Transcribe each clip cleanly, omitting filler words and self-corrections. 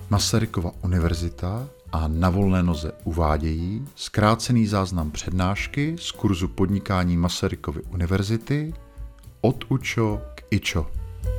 Masarykova univerzita a Na volné noze uvádějí zkrácený záznam přednášky z kurzu podnikání Masarykovy univerzity Od učo k ičo.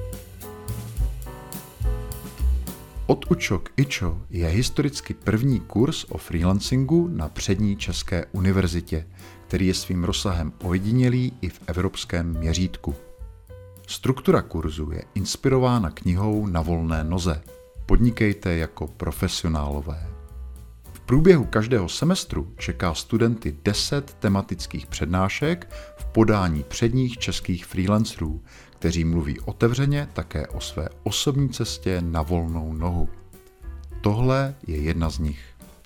Od učo k ičo je historicky první kurz o freelancingu na přední české univerzitě, který je svým rozsahem ojedinělý i v evropském měřítku. Struktura kurzu je inspirována knihou Na volné noze. Podnikejte jako profesionálové. V průběhu každého semestru čeká studenty 10 tematických přednášek v podání předních českých freelancerů, kteří mluví otevřeně také o své osobní cestě na volnou nohu. Tohle je jedna z nich.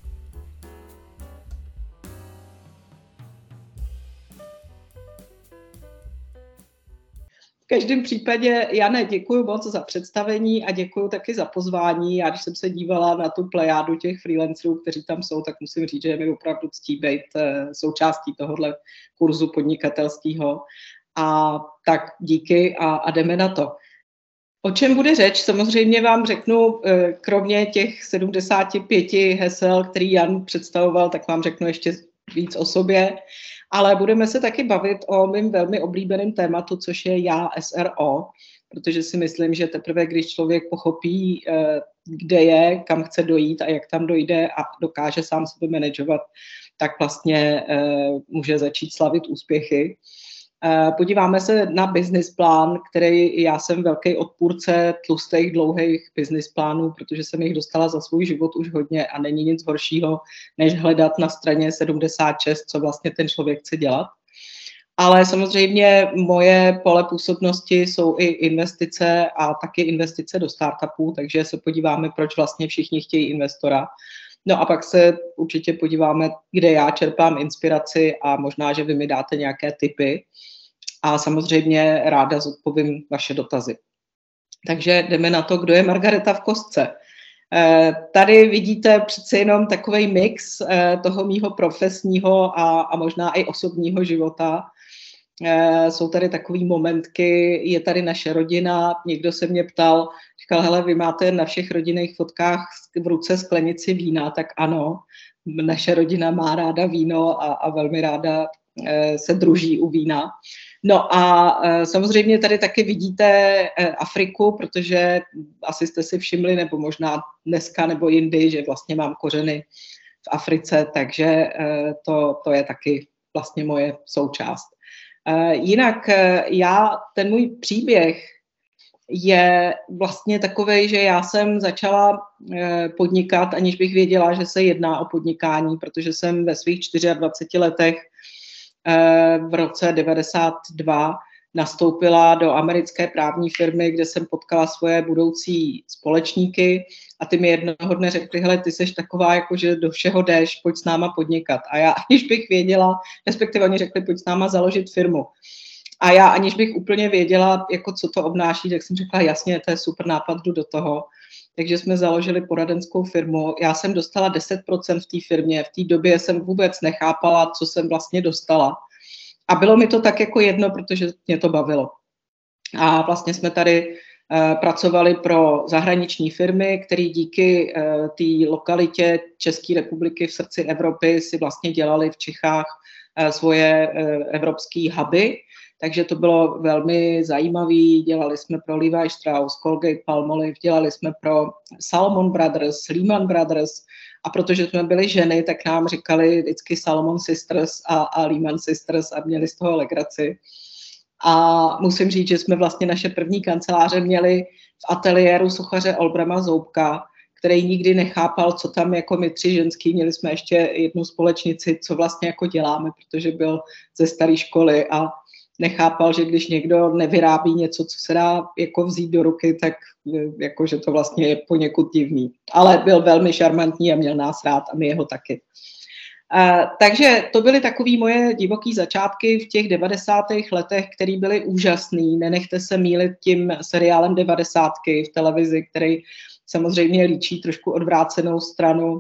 V každém případě, Jane, děkuji moc za představení a děkuji taky za pozvání. Já když jsem se dívala na tu plejádu těch freelancerů, kteří tam jsou, tak musím říct, že je mi opravdu ctí být součástí tohohle kurzu podnikatelského. A tak díky a jdeme na to. O čem bude řeč? Samozřejmě vám řeknu, kromě těch 75 hesel, který Jan představoval, tak vám řeknu ještě víc o sobě. Ale budeme se taky bavit o mým velmi oblíbeném tématu, což je já SRO, protože si myslím, že teprve, když člověk pochopí, kde je, kam chce dojít a jak tam dojde a dokáže sám sebe manažovat, tak vlastně může začít slavit úspěchy. Podíváme se na business plán, který já jsem velký odpůrce tlustých, dlouhých business plánů, protože jsem jich dostala za svůj život už hodně a není nic horšího, než hledat na straně 76, co vlastně ten člověk chce dělat. Ale samozřejmě moje pole působnosti jsou i investice a taky investice do startupů, takže se podíváme, proč vlastně všichni chtějí investora. No a pak se určitě podíváme, kde já čerpám inspiraci a možná, že vy mi dáte nějaké tipy. A samozřejmě ráda zodpovím vaše dotazy. Takže jdeme na to, kdo je Margareta v kostce. Tady vidíte přece jenom takový mix toho mýho profesního a možná i osobního života. Jsou tady takový momentky, je tady naše rodina, někdo se mě ptal, říkal, hele, vy máte na všech rodinných fotkách v ruce sklenici vína, tak ano, naše rodina má ráda víno a velmi ráda se druží u vína. No a samozřejmě tady taky vidíte Afriku, protože asi jste si všimli, nebo možná dneska nebo jindy, že vlastně mám kořeny v Africe, takže to je taky vlastně moje součást. Jinak ten můj příběh je vlastně takovej, že já jsem začala podnikat, aniž bych věděla, že se jedná o podnikání, protože jsem ve svých 24 letech v roce 92 nastoupila do americké právní firmy, kde jsem potkala svoje budoucí společníky a ty mi jednoho dne řekli, hele, ty seš taková, jako že do všeho jdeš, pojď s náma podnikat. A já, aniž bych věděla, respektive oni řekli, pojď s náma založit firmu. A já, aniž bych úplně věděla, jako co to obnáší, tak jsem řekla, jasně, to je super nápad, jdu do toho. Takže jsme založili poradenskou firmu. Já jsem dostala 10% v té firmě. V té době jsem vůbec nechápala, co jsem vlastně dostala. A bylo mi to tak jako jedno, protože mě to bavilo. A vlastně jsme tady pracovali pro zahraniční firmy, které díky té lokalitě České republiky v srdci Evropy si vlastně dělali v Čechách svoje evropské huby. Takže to bylo velmi zajímavé. Dělali jsme pro Levi Strauss, Colgate Palmolive, dělali jsme pro Salomon Brothers, Lehman Brothers a protože jsme byli ženy, tak nám říkali vždycky Salomon Sisters a Lehman Sisters a měli z toho legraci. A musím říct, že jsme vlastně naše první kanceláře měli v ateliéru sochaře Olbrama Zoubka, který nikdy nechápal, co tam jako my 3 ženský, měli jsme ještě jednu společnici, co vlastně jako děláme, protože byl ze staré školy a nechápal, že když někdo nevyrábí něco, co se dá jako vzít do ruky, tak jako, že to vlastně je poněkud divný. Ale byl velmi šarmantní a měl nás rád a my jeho taky. Takže to byly takové moje divoké začátky v těch 90. letech, které byly úžasný. Nenechte se mýlit tím seriálem 90. v televizi, který samozřejmě líčí trošku odvrácenou stranu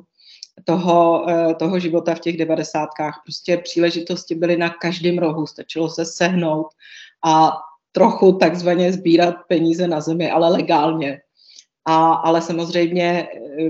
toho života v těch 90. Prostě příležitosti byly na každém rohu, stačilo se sehnout a trochu takzvaně sbírat peníze na zemi, ale legálně. Ale samozřejmě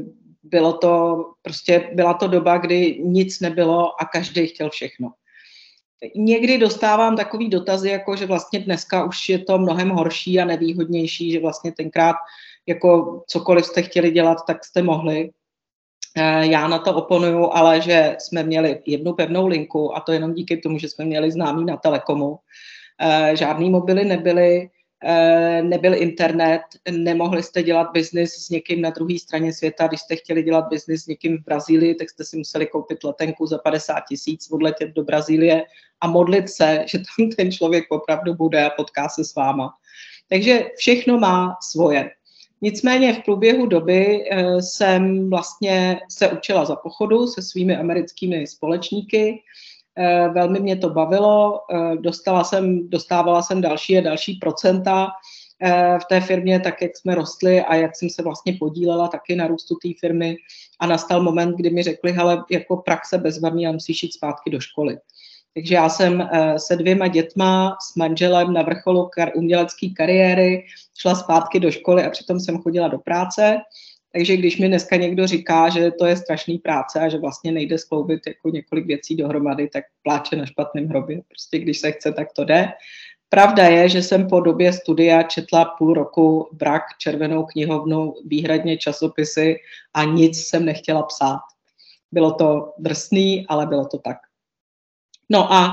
byla to doba, kdy nic nebylo a každý chtěl všechno. Někdy dostávám takový dotazy, jako že vlastně dneska už je to mnohem horší a nevýhodnější, že vlastně tenkrát jako cokoliv jste chtěli dělat, tak jste mohli. Já na to oponuju, ale že jsme měli jednu pevnou linku a to jenom díky tomu, že jsme měli známí na Telekomu. Žádný mobily nebyly, nebyl internet, nemohli jste dělat biznis s někým na druhé straně světa. Když jste chtěli dělat biznis s někým v Brazílii, tak jste si museli koupit letenku za 50 000, odletět do Brazílie a modlit se, že tam ten člověk opravdu bude a potká se s váma. Takže všechno má svoje. Nicméně v průběhu doby jsem vlastně se učila za pochodu se svými americkými společníky. Velmi mě to bavilo, dostávala jsem další a další procenta v té firmě, tak jak jsme rostli a jak jsem se vlastně podílela taky na růstu té firmy a nastal moment, kdy mi řekli, hele, jako praxe bezvadný a musíš jít zpátky do školy. Takže já jsem se 2 dětma s manželem na vrcholu umělecké kariéry šla zpátky do školy a přitom jsem chodila do práce. Takže když mi dneska někdo říká, že to je strašný práce a že vlastně nejde skloubit jako několik věcí dohromady, tak pláče na špatném hrobě. Prostě když se chce, tak to jde. Pravda je, že jsem po době studia četla půl roku Brak, Červenou knihovnu, výhradně časopisy a nic jsem nechtěla psát. Bylo to drsný, ale bylo to tak. No a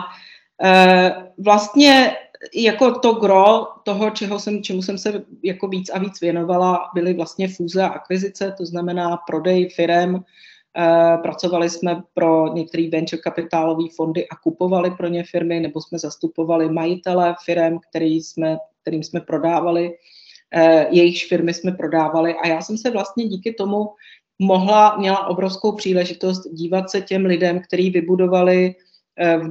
vlastně jako to gro toho, čemu jsem se jako víc a víc věnovala, byly vlastně fúze a akvizice, to znamená prodej firem. Pracovali jsme pro některé venture kapitálové fondy a kupovali pro ně firmy, nebo jsme zastupovali majitele firem, kterým jsme prodávali, jejichž firmy jsme prodávali a já jsem se vlastně díky tomu měla obrovskou příležitost dívat se těm lidem, kteří vybudovali v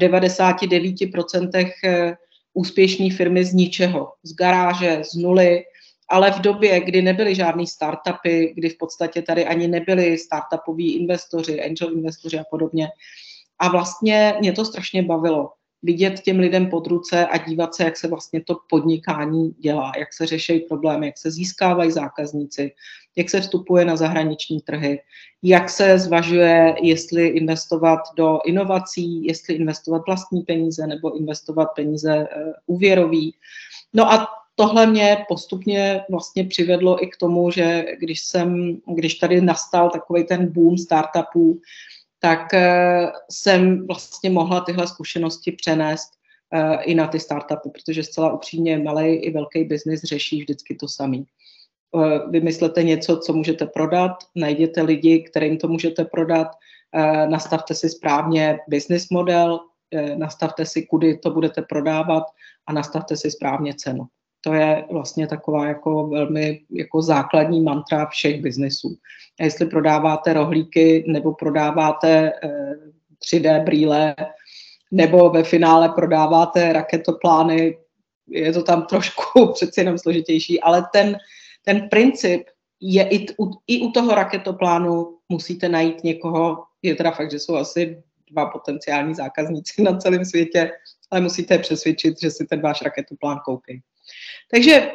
99% úspěšné firmy z ničeho, z garáže, z nuly, ale v době, kdy nebyly žádný startupy, kdy v podstatě tady ani nebyli startupoví investoři, angel investoři a podobně. A vlastně mě to strašně bavilo, vidět těm lidem pod ruce a dívat se, jak se vlastně to podnikání dělá, jak se řeší problémy, jak se získávají zákazníci, jak se vstupuje na zahraniční trhy, jak se zvažuje, jestli investovat do inovací, jestli investovat vlastní peníze nebo investovat peníze úvěrový. No a tohle mě postupně vlastně přivedlo i k tomu, že když tady nastal takovej ten boom startupů, tak jsem vlastně mohla tyhle zkušenosti přenést i na ty startupy, protože zcela upřímně malej i velký biznis řeší vždycky to samý. Vymyslete něco, co můžete prodat, najděte lidi, kterým to můžete prodat, nastavte si správně business model, nastavte si, kudy to budete prodávat a nastavte si správně cenu. To je vlastně taková jako velmi jako základní mantra všech biznesů. A jestli prodáváte rohlíky nebo prodáváte 3D brýle nebo ve finále prodáváte raketoplány, je to tam trošku přeci jenom složitější, ale ten princip je i u toho raketoplánu musíte najít někoho, je teda fakt, že jsou asi 2 potenciální zákazníci na celém světě, ale musíte je přesvědčit, že si ten váš raketoplán koupí. Takže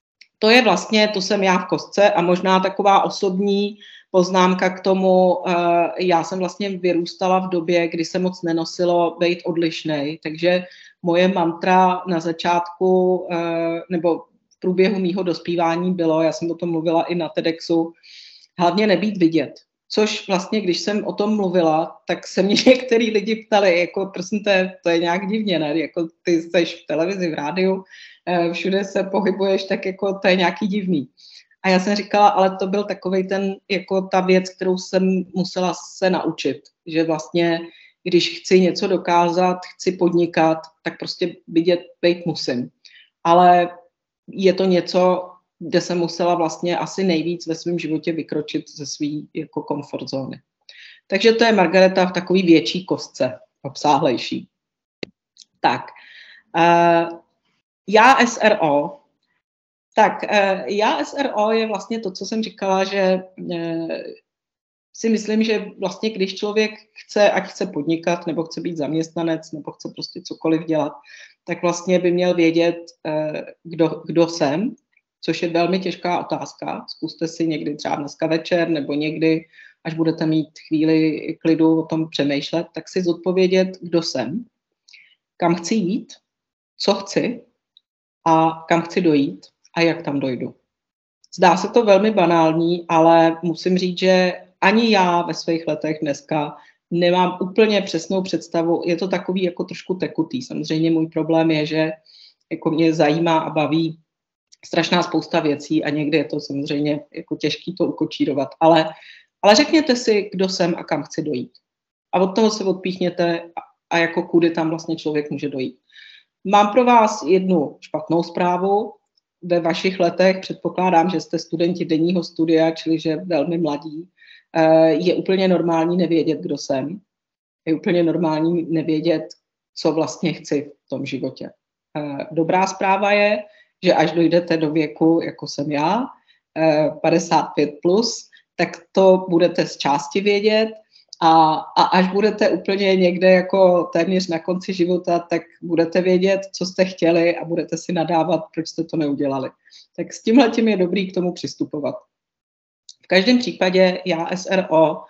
to jsem já v kostce a možná taková osobní poznámka k tomu, já jsem vlastně vyrůstala v době, kdy se moc nenosilo být odlišnej, takže moje mantra na začátku nebo v průběhu mýho dospívání bylo, já jsem o tom mluvila i na TEDxu, hlavně nebýt vidět. Což vlastně, když jsem o tom mluvila, tak se mě některý lidi ptali, jako prosím to je nějak divně, ne? Jako ty jsi v televizi, v rádiu, všude se pohybuješ, tak jako to je nějaký divný. A já jsem říkala, ale to byl takovej jako ta věc, kterou jsem musela se naučit, že vlastně, když chci něco dokázat, chci podnikat, tak prostě vidět, být musím. Ale je to něco, kde jsem musela vlastně asi nejvíc ve svém životě vykročit ze své jako komfort zóny. Takže to je Margareta v takový větší kostce, obsáhlejší. Tak, já SRO. Tak, já SRO je vlastně to, co jsem říkala, že si myslím, že vlastně když člověk ať chce podnikat, nebo chce být zaměstnanec, nebo chce prostě cokoliv dělat, tak vlastně by měl vědět, kdo jsem což je velmi těžká otázka. Zkuste si někdy třeba dneska večer nebo někdy, až budete mít chvíli klidu o tom přemýšlet, tak si zodpovědět, kdo jsem, kam chci jít, co chci a kam chci dojít a jak tam dojdu. Zdá se to velmi banální, ale musím říct, že ani já ve svých letech dneska nemám úplně přesnou představu. Je to takový jako trošku tekutý. Samozřejmě můj problém je, že jako mě zajímá a baví strašná spousta věcí a někdy je to samozřejmě jako těžký to ukočírovat. Ale řekněte si, kdo jsem a kam chci dojít. A od toho se odpíchněte a jako kudy tam vlastně člověk může dojít. Mám pro vás jednu špatnou zprávu. Ve vašich letech, předpokládám, že jste studenti denního studia, čili že velmi mladí, je úplně normální nevědět, kdo jsem. Je úplně normální nevědět, co vlastně chci v tom životě. Dobrá zpráva je, že až dojdete do věku, jako jsem já, 55+, tak to budete z části vědět a až budete úplně někde jako téměř na konci života, tak budete vědět, co jste chtěli a budete si nadávat, proč jste to neudělali. Tak s tímhletím je dobrý k tomu přistupovat. V každém případě SRO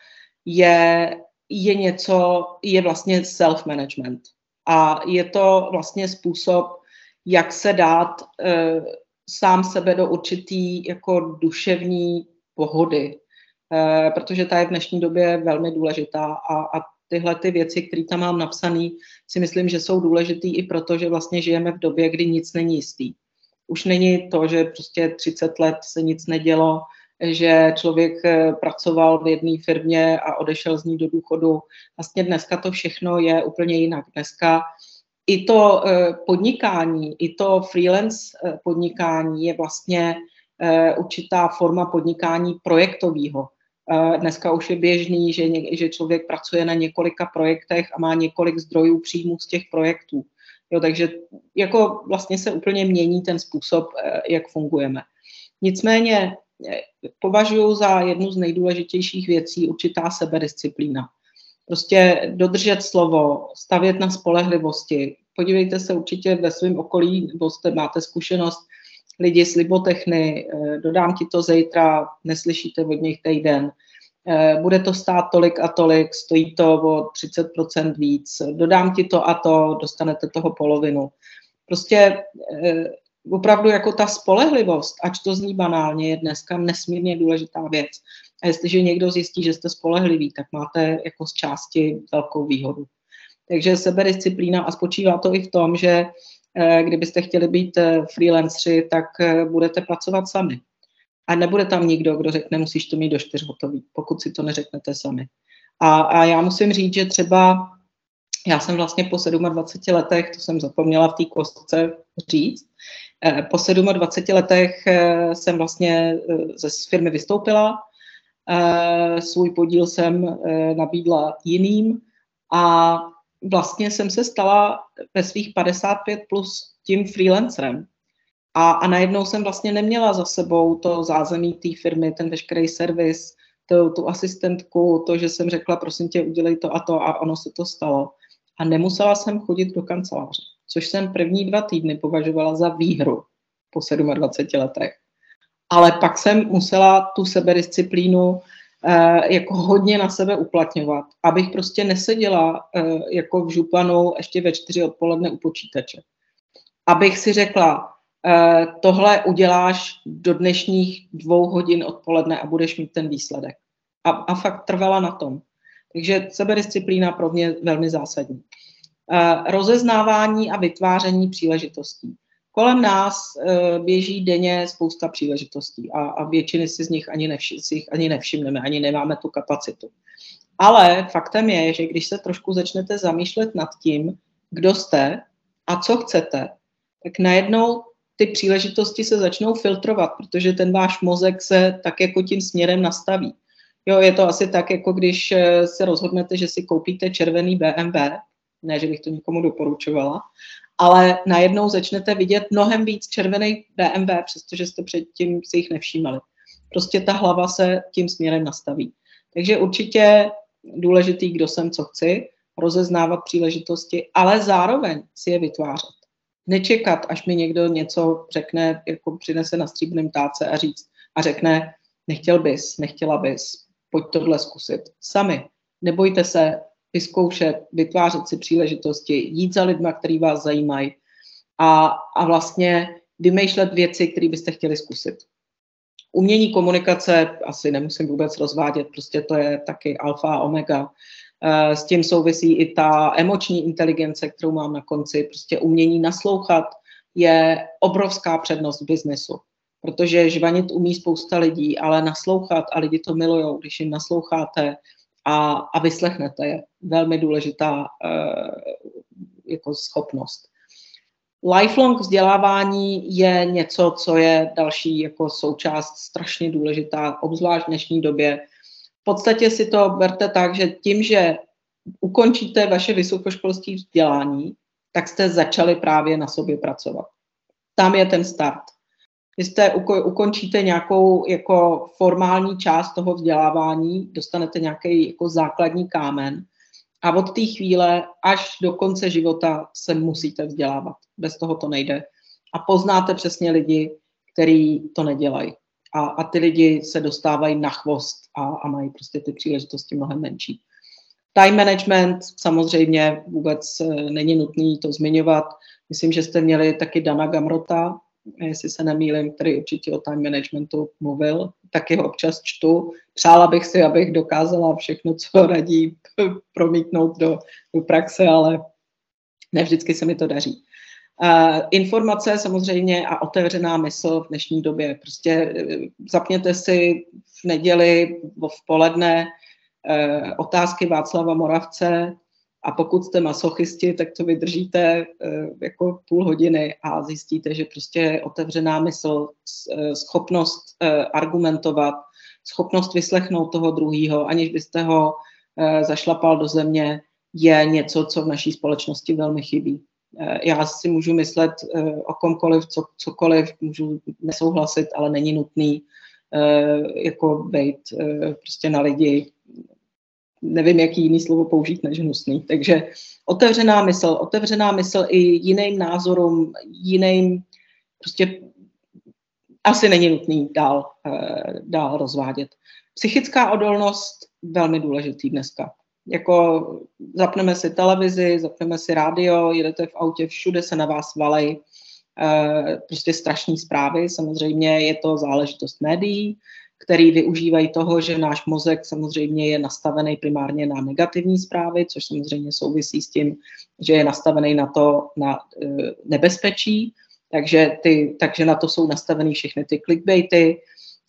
je vlastně self-management a je to vlastně způsob, jak se dát sám sebe do určitý jako duševní pohody, protože ta je v dnešní době velmi důležitá a tyhle ty věci, které tam mám napsané, si myslím, že jsou důležitý i proto, že vlastně žijeme v době, kdy nic není jistý. Už není to, že prostě 30 let se nic nedělo, že člověk pracoval v jedné firmě a odešel z ní do důchodu. Vlastně dneska to všechno je úplně jinak. Dneska i to podnikání, i to freelance podnikání je vlastně určitá forma podnikání projektového. Dneska už je běžný, že člověk pracuje na několika projektech a má několik zdrojů příjmů z těch projektů. Jo, takže jako vlastně se úplně mění ten způsob, jak fungujeme. Nicméně považuji za jednu z nejdůležitějších věcí určitá sebedisciplína. Prostě dodržet slovo, stavět na spolehlivosti. Podívejte se určitě ve svém okolí, nebo máte zkušenost, lidi z Libotechny, dodám ti to zítra, neslyšíte od nich týden, bude to stát tolik a tolik, stojí to o 30% víc, dodám ti to a to, dostanete toho polovinu. Prostě opravdu jako ta spolehlivost, ač to zní banálně, je dneska nesmírně důležitá věc. A jestliže někdo zjistí, že jste spolehlivý, tak máte jako z části velkou výhodu. Takže sebedisciplína a spočívá to i v tom, že kdybyste chtěli být freelanceri, tak budete pracovat sami. A nebude tam nikdo, kdo řekne, musíš to mít do 4 hotový, pokud si to neřeknete sami. A já musím říct, že třeba já jsem vlastně po 27 letech, to jsem zapomněla v té kostce říct, po 27 letech jsem vlastně ze firmy vystoupila, svůj podíl jsem nabídla jiným a vlastně jsem se stala ve svých 55 plus tím freelancerem. A najednou jsem vlastně neměla za sebou to zázemí té firmy, ten veškerý servis, tu asistentku, to, že jsem řekla, prosím tě, udělej to a ono se to stalo. A nemusela jsem chodit do kanceláře, což jsem první 2 týdny považovala za výhru po 27 letech. Ale pak jsem musela tu sebedisciplínu jako hodně na sebe uplatňovat, abych prostě neseděla jako v županu ještě ve 4 odpoledne u počítače. Abych si řekla, tohle uděláš do dnešních 2 hodin odpoledne a budeš mít ten výsledek. A fakt trvala na tom. Takže sebedisciplína pro mě velmi zásadní. Rozeznávání a vytváření příležitostí. Kolem nás běží denně spousta příležitostí a většiny si z nich ani nevšimneme, ani nemáme tu kapacitu. Ale faktem je, že když se trošku začnete zamýšlet nad tím, kdo jste a co chcete, tak najednou ty příležitosti se začnou filtrovat, protože ten váš mozek se tak jako tím směrem nastaví. Jo, je to asi tak, jako když se rozhodnete, že si koupíte červený BMW, ne, že bych to nikomu doporučovala, ale najednou začnete vidět mnohem víc červených BMW, přestože jste předtím si jich nevšímali. Prostě ta hlava se tím směrem nastaví. Takže určitě důležitý, kdo jsem, co chci, rozeznávat příležitosti, ale zároveň si je vytvářet. Nečekat, až mi někdo něco řekne, jako přinese na stříbrném táce a řekne, nechtěla bys, pojď tohle zkusit. Sami. Nebojte se vyzkoušet, vytvářet si příležitosti, jít za lidma, který vás zajímají a vlastně vymýšlet věci, které byste chtěli zkusit. Umění komunikace asi nemusím vůbec rozvádět, prostě to je taky alfa a omega. S tím souvisí i ta emoční inteligence, kterou mám na konci. Prostě umění naslouchat je obrovská přednost v biznesu, protože žvanit umí spousta lidí, ale naslouchat a lidi to milujou, když jim nasloucháte a vyslechnete, je velmi důležitá jako schopnost. Lifelong vzdělávání je něco, co je další jako součást strašně důležitá, obzvlášť v dnešní době. V podstatě si to berte tak, že tím, že ukončíte vaše vysokoškolské vzdělání, tak jste začali právě na sobě pracovat. Tam je ten start. Když ukončíte nějakou jako formální část toho vzdělávání, dostanete nějaký jako základní kámen a od té chvíle až do konce života se musíte vzdělávat. Bez toho to nejde. A poznáte přesně lidi, kteří to nedělají. A ty lidi se dostávají na chvost a mají prostě ty příležitosti mnohem menší. Time management samozřejmě vůbec není nutný to zmiňovat. Myslím, že jste měli taky Dana Gamrota, jestli se nemýlím, který určitě o time managementu mluvil, taky ho občas čtu. Přála bych si, abych dokázala všechno, co radí, promítnout do praxe, ale ne vždycky se mi to daří. Informace samozřejmě a otevřená mysl v dnešní době. Prostě zapněte si v neděli v poledne Otázky Václava Moravce a pokud jste masochisti, tak to vydržíte jako půl hodiny a zjistíte, že prostě otevřená mysl, schopnost argumentovat, schopnost vyslechnout toho druhýho, aniž byste ho zašlapal do země, je něco, co v naší společnosti velmi chybí. Já si můžu myslet o komkoliv, cokoliv, můžu nesouhlasit, ale není nutný jako bejt prostě na lidi. Nevím, jaký jiný slovo použít než hnusný. Takže otevřená mysl i jiným názorům, jiným prostě asi není nutný dál rozvádět. Psychická odolnost velmi důležitý dneska. Jako zapneme si televizi, zapneme si rádio, jedete v autě, všude se na vás valej prostě strašné zprávy. Samozřejmě je to záležitost médií, který využívají toho, že náš mozek samozřejmě je nastavený primárně na negativní zprávy, což samozřejmě souvisí s tím, že je nastavený na nebezpečí, takže na to jsou nastavený všechny ty clickbaity.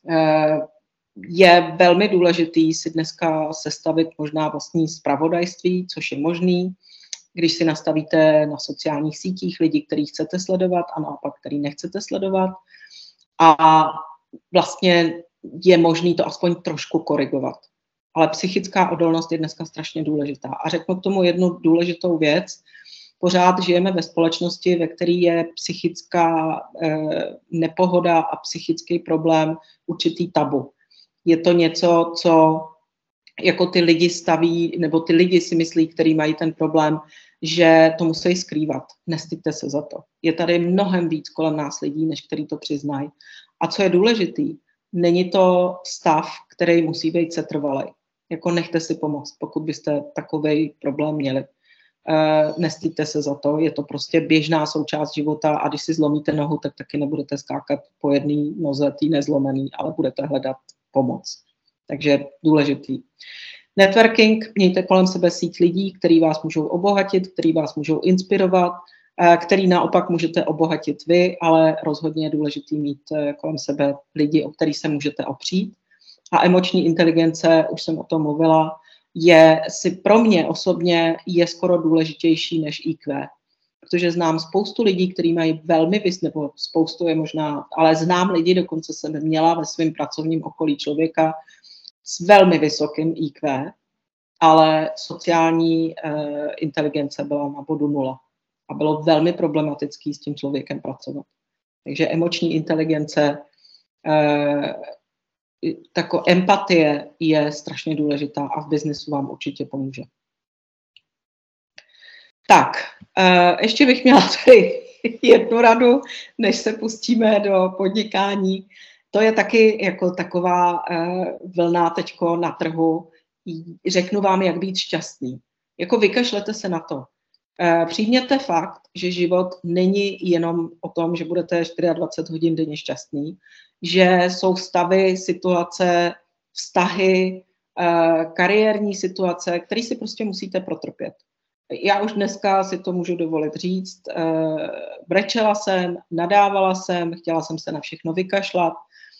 Je velmi důležitý si dneska sestavit možná vlastní zpravodajství, což je možný, když si nastavíte na sociálních sítích lidi, který chcete sledovat a naopak, který nechcete sledovat. A vlastně je možný to aspoň trošku korigovat. Ale psychická odolnost je dneska strašně důležitá. A řeknu k tomu jednu důležitou věc. Pořád žijeme ve společnosti, ve které je psychická nepohoda a psychický problém určitý tabu. Je to něco, co jako ty lidi staví, nebo ty lidi si myslí, kteří mají ten problém, že to musí skrývat. Nestyďte se za to. Je tady mnohem víc kolem nás lidí, než kteří to přiznají. A co je důležitý, není to stav, který musí být setrvalý. Jako nechte si pomoct, pokud byste takovej problém měli. Nestyďte se za to, je to prostě běžná součást života a když si zlomíte nohu, tak taky nebudete skákat po jedné noze, tý nezlomený, ale budete hledat pomoc. Takže důležitý. Networking, mějte kolem sebe síť lidí, který vás můžou obohatit, který vás můžou inspirovat, který naopak můžete obohatit vy, ale rozhodně je důležitý mít kolem sebe lidi, o který se můžete opřít. A emoční inteligence, už jsem o tom mluvila, pro mě osobně je skoro důležitější než IQ. Protože znám spoustu lidí, kteří mají velmi nebo spoustu je možná, ale znám lidi, dokonce jsem měla ve svém pracovním okolí člověka s velmi vysokým IQ, ale sociální inteligence byla na bodu 0. A bylo velmi problematický s tím člověkem pracovat. Takže emoční inteligence, taková empatie je strašně důležitá a v biznesu vám určitě pomůže. Tak, ještě bych měla tady jednu radu, než se pustíme do podnikání. To je taky jako taková vlna teďko na trhu. Řeknu vám, jak být šťastný. Jako vykašlete se na to. Přijměte fakt, že život není jenom o tom, že budete 24 hodin denně šťastný, že jsou stavy, situace, vztahy, kariérní situace, které si prostě musíte protrpět. Já už dneska si to můžu dovolit říct. Brečela jsem, nadávala jsem, chtěla jsem se na všechno vykašlat.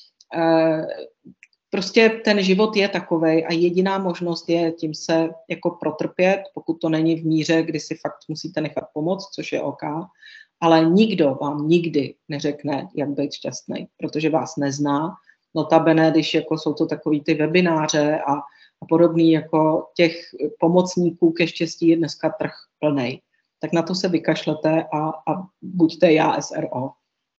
Prostě ten život je takovej a jediná možnost je tím se jako protrpět, pokud to není v míře, kdy si fakt musíte nechat pomoct, což je OK, ale nikdo vám nikdy neřekne, jak být šťastný, protože vás nezná. Notabene, když jako jsou to takový ty webináře a podobný, jako těch pomocníků ke štěstí je dneska trh plnej. Tak na to se vykašlete a buďte já SRO.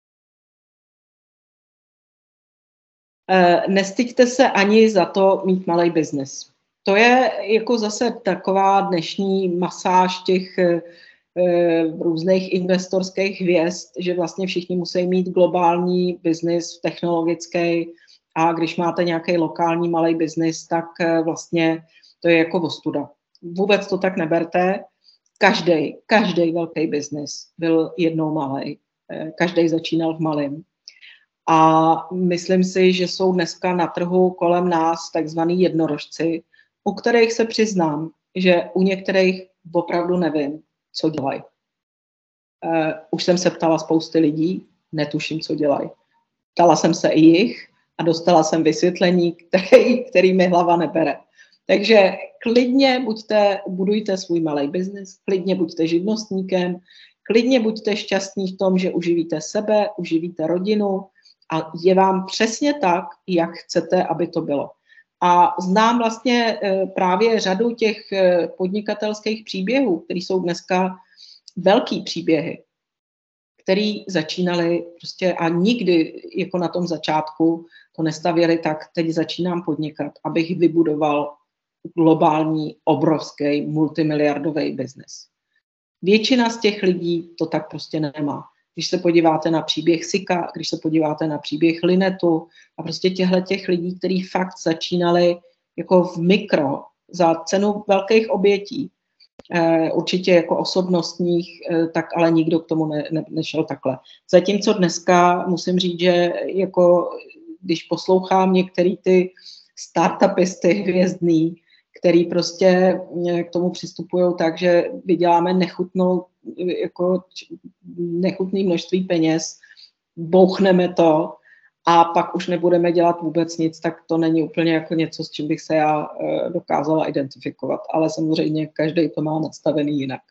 Nestyďte se ani za to mít malý biznis. To je jako zase taková dnešní masáž těch různých investorských hvězd, že vlastně všichni musí mít globální biznis, technologický, a když máte nějaký lokální malý biznis, tak vlastně to je jako ostuda. Vůbec to tak neberte. Každý velký biznis byl jednou malý. Každý začínal v malém. A myslím si, že jsou dneska na trhu kolem nás takzvaný jednorožci, u kterých se přiznám, že u některých opravdu nevím, co dělají. Už jsem se ptala spousty lidí, netuším, co dělají. Ptala jsem se i jich a dostala jsem vysvětlení, který mi hlava nebere. Takže klidně budujte svůj malý biznis, klidně buďte živnostníkem, klidně buďte šťastní v tom, že uživíte sebe, uživíte rodinu a je vám přesně tak, jak chcete, aby to bylo. A znám vlastně právě řadu těch podnikatelských příběhů, které jsou dneska velký příběhy, který začínali prostě a nikdy jako na tom začátku to nestavěli tak, teď začínám podnikat, abych vybudoval globální, obrovský, multimiliardový biznis. Většina z těch lidí to tak prostě nemá. Když se podíváte na příběh Sika, když se podíváte na příběh Linetu a prostě těch lidí, kteří fakt začínali jako v mikro za cenu velkých obětí, určitě jako osobnostních, tak ale nikdo k tomu nešel takhle. Zatímco dneska musím říct, že jako když poslouchám některý ty startupisty hvězdný, který prostě k tomu přistupují tak, že vyděláme nechutné množství peněz, bouchneme to a pak už nebudeme dělat vůbec nic, tak to není úplně jako něco, s čím bych se já dokázala identifikovat. Ale samozřejmě každý to má nastavený jinak.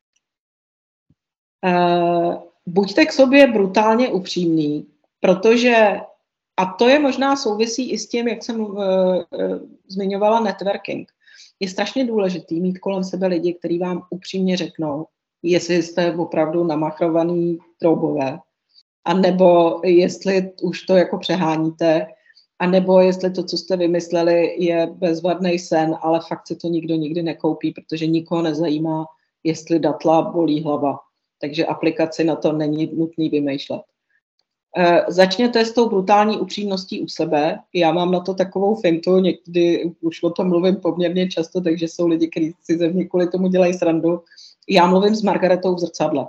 Buďte k sobě brutálně upřímný, protože, a to je možná souvisí i s tím, jak jsem zmiňovala networking, je strašně důležitý mít kolem sebe lidi, kteří vám upřímně řeknou, jestli jste opravdu namachrovaný troubové, a nebo jestli už to jako přeháníte, a nebo jestli to, co jste vymysleli, je bezvadný sen, ale fakt si to nikdo nikdy nekoupí, protože nikoho nezajímá, jestli datla bolí hlava. Takže aplikaci na to není nutný vymýšlet. Začněte s tou brutální upřímností u sebe. Já mám na to takovou fintu, někdy už o tom mluvím poměrně často, takže jsou lidi, kteří si ze mě kvůli tomu dělají srandu. Já mluvím s Margaretou v zrcadle.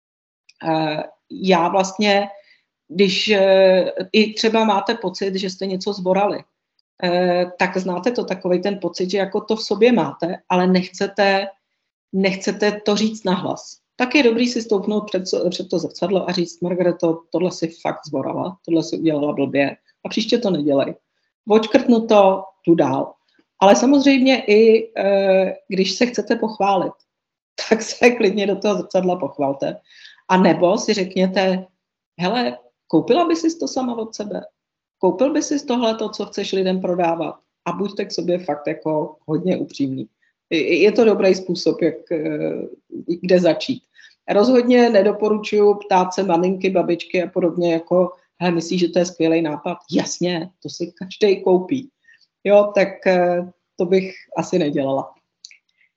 Já vlastně, když i třeba máte pocit, že jste něco zborali, tak znáte to, takovej ten pocit, že jako to v sobě máte, ale nechcete to říct nahlas. Tak je dobrý si stoupnout před to zrcadlo a říct, Margareto, tohle si fakt zborala, tohle si udělala blbě a příště to nedělej. Odškrtnu to, jdu dál. Ale samozřejmě i když se chcete pochválit, tak se klidně do toho zrcadla pochvalte. A nebo si řekněte, hele, koupila by si to sama od sebe? Koupil by si tohleto, co chceš lidem prodávat? A buďte k sobě fakt jako hodně upřímný. Je to dobrý způsob, kde začít. Rozhodně nedoporučuji ptát se maminky, babičky a podobně, jako, hele, myslíš, že to je skvělý nápad? Jasně, to si každý koupí. Jo, tak to bych asi nedělala.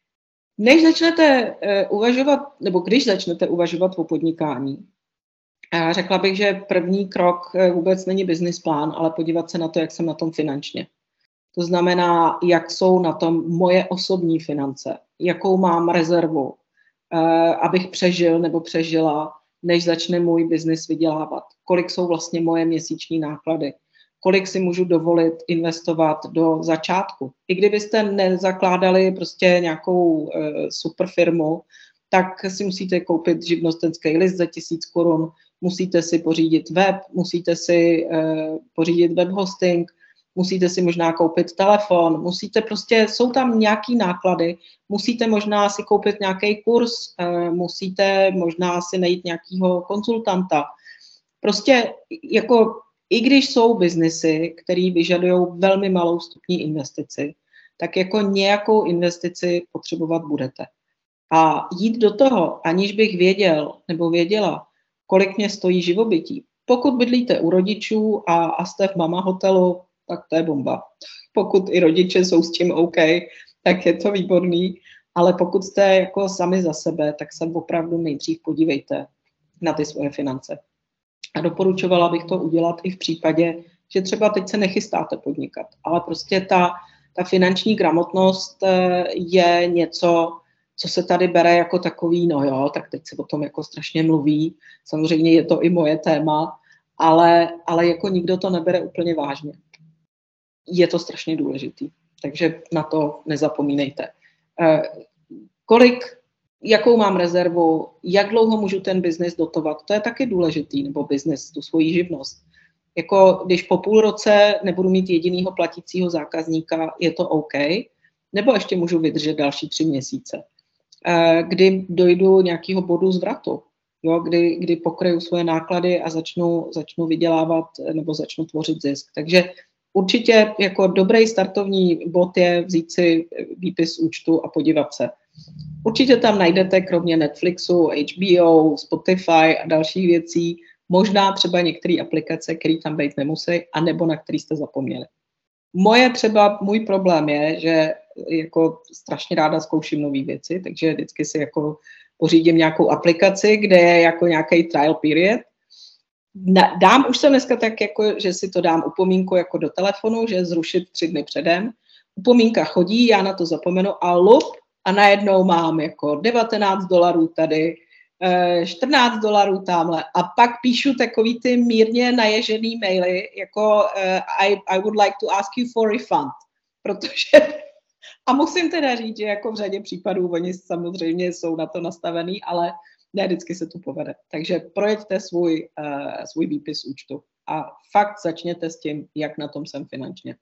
Než začnete uvažovat, nebo když začnete uvažovat o podnikání, řekla bych, že první krok vůbec není business plán, ale podívat se na to, jak jsem na tom finančně. To znamená, jak jsou na tom moje osobní finance, jakou mám rezervu, abych přežil nebo přežila, než začne můj biznis vydělávat. Kolik jsou vlastně moje měsíční náklady, kolik si můžu dovolit investovat do začátku. I kdybyste nezakládali prostě nějakou super firmu, tak si musíte koupit živnostenský list za 1000 korun, musíte si pořídit web, musíte si pořídit web hosting, musíte si možná koupit telefon, musíte prostě, jsou tam nějaký náklady, musíte možná si koupit nějaký kurz, musíte možná si najít nějakého konzultanta. Prostě jako i když jsou biznesy, které vyžadují velmi malou vstupní investici, tak jako nějakou investici potřebovat budete. A jít do toho, aniž bych věděl nebo věděla, kolik mě stojí živobytí. Pokud bydlíte u rodičů a jste v mama hotelu, tak to je bomba. Pokud i rodiče jsou s tím OK, tak je to výborný, ale pokud jste jako sami za sebe, tak se opravdu nejdřív podívejte na ty svoje finance. A doporučovala bych to udělat i v případě, že třeba teď se nechystáte podnikat, ale prostě ta finanční gramotnost je něco, co se tady bere jako takový, no jo, tak teď se o tom jako strašně mluví, samozřejmě je to i moje téma, ale jako nikdo to nebere úplně vážně. Je to strašně důležitý, takže na to nezapomínejte. Jakou mám rezervu, jak dlouho můžu ten biznis dotovat, to je taky důležitý, nebo biznis, tu svoji živnost. Jako když po půl roce nebudu mít jedinýho platícího zákazníka, je to OK, nebo ještě můžu vydržet další 3 měsíce. Kdy dojdu nějakého bodu zvratu, jo, kdy pokryju svoje náklady a začnu vydělávat nebo začnu tvořit zisk. Takže určitě jako dobrý startovní bod je vzít si výpis účtu a podívat se. Určitě tam najdete kromě Netflixu, HBO, Spotify a dalších věcí, možná třeba některé aplikace, které tam být nemusí, anebo na které jste zapomněli. Můj problém je, že jako strašně ráda zkouším nové věci, takže vždycky si jako pořídím nějakou aplikaci, kde je jako nějaký trial period. Už jsem dneska tak, jako, že si to dám upomínku jako do telefonu, že zrušit 3 dny předem. Upomínka chodí, já na to zapomenu a najednou mám jako $19 tady, $14 tamhle a pak píšu takový ty mírně naježený maily, jako I would like to ask you for refund, protože a musím teda říct, že jako v řadě případů oni samozřejmě jsou na to nastavený, ale ne vždycky se to povede. Takže projeďte svůj výpis účtu a fakt začněte s tím, jak na tom jsem finančně.